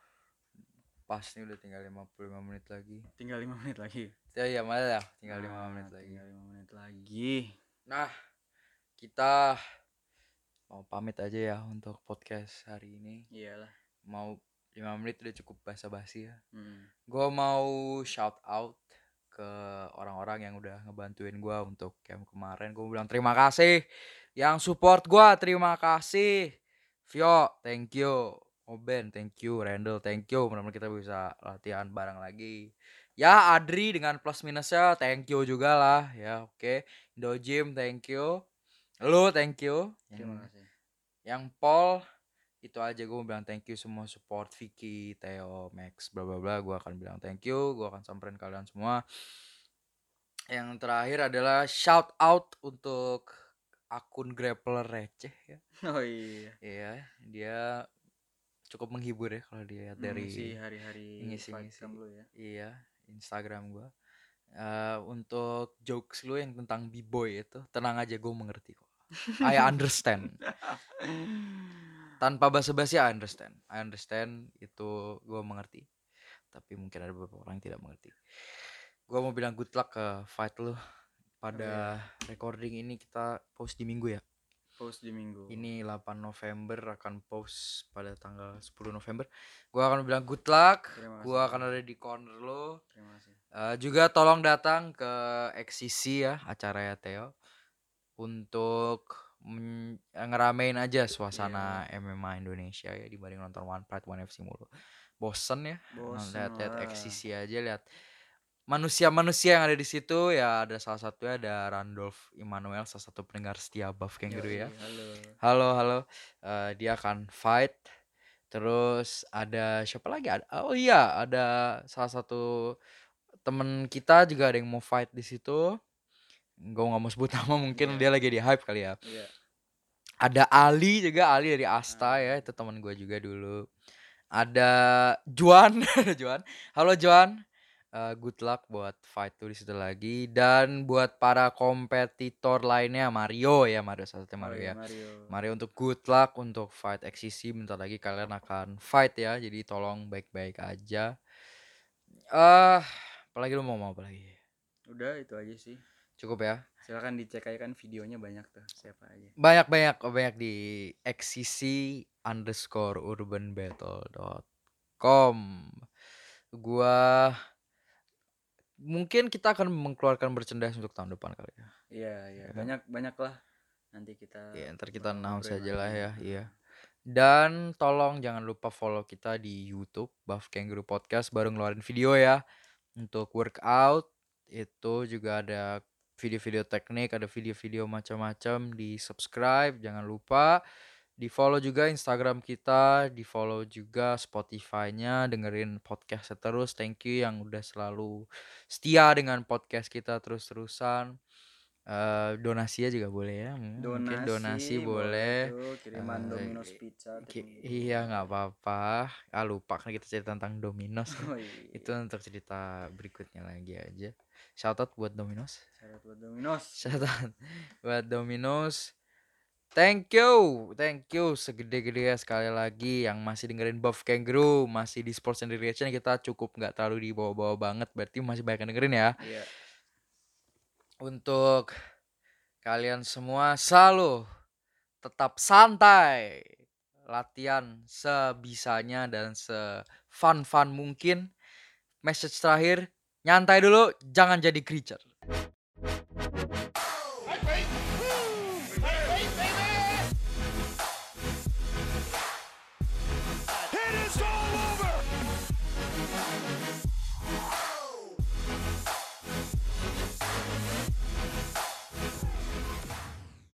Pas nih udah tinggal lima puluh lima menit lagi.
Tinggal lima menit lagi.
Ya ya malah ya, tinggal lima
Nah,
menit lagi.
Tinggal lima menit lagi.
Nah, kita mau pamit aja ya untuk podcast hari ini.
Iyalah.
Mau lima menit udah cukup basa-basi ya.
Hmm.
Gue mau shout out ke orang-orang yang udah ngebantuin gue untuk camp kemarin. Gue bilang terima kasih yang support gue, terima kasih. Vio, thank you. Oben, thank you. Randall, thank you. Mudah-mudahan kita bisa latihan bareng lagi. Ya, Adri dengan plus minusnya, thank you juga lah. Ya, oke. Okay. Indo Gym, thank you. Lu, thank you.
Terima
Yang,
kasih.
yang Paul, itu aja gue mau bilang thank you semua support Vicky, Theo, Max, bla bla bla. Gue akan bilang thank you. Gue akan samperin kalian semua. Yang terakhir adalah shout out untuk akun grappler receh ya.
Oh iya.
Iya, dia cukup menghibur ya kalau dilihat dari
si hari-hari
ngisi-ngisi.
fight camp lu ya.
Iya, Instagram gua. Uh, untuk jokes lu yang tentang b-boy itu, tenang aja gue mengerti kok. I understand. Tanpa basa-basi I understand. I understand itu gue mengerti. Tapi mungkin ada beberapa orang yang tidak mengerti. Gue mau bilang good luck ke fight lu. Pada
Oh,
recording ini kita post di minggu ya.
Post di minggu.
Ini delapan November akan post pada tanggal sepuluh November. Gua akan bilang good luck.
Terima kasih.
Gua akan ada di corner lo.
Terima kasih.
Uh, juga tolong datang ke X C C ya, acara ya Theo. Untuk men- ngeramein aja suasana M M A Indonesia ya dibanding nonton One Pride One F C mulu. Bosen ya.
Bosen
Lihat-lihat
lah.
X C C aja, lihat manusia-manusia yang ada di situ ya. Ada salah satunya ada Randolph Immanuel, salah satu pendengar setia Buff Kangaroo ya.
Halo.
Halo halo. Uh, dia akan fight. Terus ada siapa lagi? Ada, oh iya, ada salah satu temen kita juga ada yang mau fight di situ. Gue nggak mau sebut nama, mungkin
Iya.
dia lagi di hype kali ya.
Iya.
Ada Ali juga, Ali dari Asta ya, itu teman gue juga dulu. Ada Juan, ada Juan. Halo Juan. Uh, good luck buat fight tuh di situ lagi. Dan buat para kompetitor lainnya, Mario ya, Mario salah satunya Mario
Oh, iya,
ya.
Mario.
Mario untuk good luck untuk fight X C C. Bentar lagi kalian akan fight ya, jadi tolong baik-baik aja. Eh, uh, apalagi lu mau mau apa lagi?
Udah itu aja sih.
Cukup ya.
Silakan dicek aja kan videonya banyak tuh siapa aja.
Banyak banyak banyak di X C C underscore urban battle dot com. Gua mungkin kita akan mengeluarkan merchandise untuk tahun depan kali ya.
Iya, iya.
Ya kan?
Banyak banyak lah. Nanti kita
Ya, ntar kita
bakal
announce
ngobrolin
aja lah
lagi.
ya, iya. Dan tolong jangan lupa follow kita di YouTube Buff Kangaroo Podcast, baru ngeluarin video ya. Untuk workout itu juga ada video-video teknik, ada video-video macam-macam, di subscribe jangan lupa. Di follow juga Instagram kita, di follow juga Spotify-nya, dengerin podcast terus. Thank you yang udah selalu setia dengan podcast kita terus-terusan. Eh, donasinya juga boleh ya, hmm, mungkin donasi boleh.
tuh kiriman
Eh,
Domino's Pizza
Ki-
tiap minggu.
iya nggak apa-apa. Ah lupa kan kita cerita tentang Domino's.
Oh iya.
Itu untuk cerita berikutnya lagi aja. Shout out buat Domino's.
Syarat buat Domino's.
Shout out buat Domino's. Thank you, thank you segede-gede sekali lagi yang masih dengerin Buff Kangaroo, masih di Sports and Recreation. Kita cukup nggak terlalu di bawah-bawah banget, berarti masih banyak yang dengerin ya.
Iya.
Untuk kalian semua selalu tetap santai, latihan sebisanya dan se-fun-fun mungkin. Message terakhir, nyantai dulu, jangan jadi creature.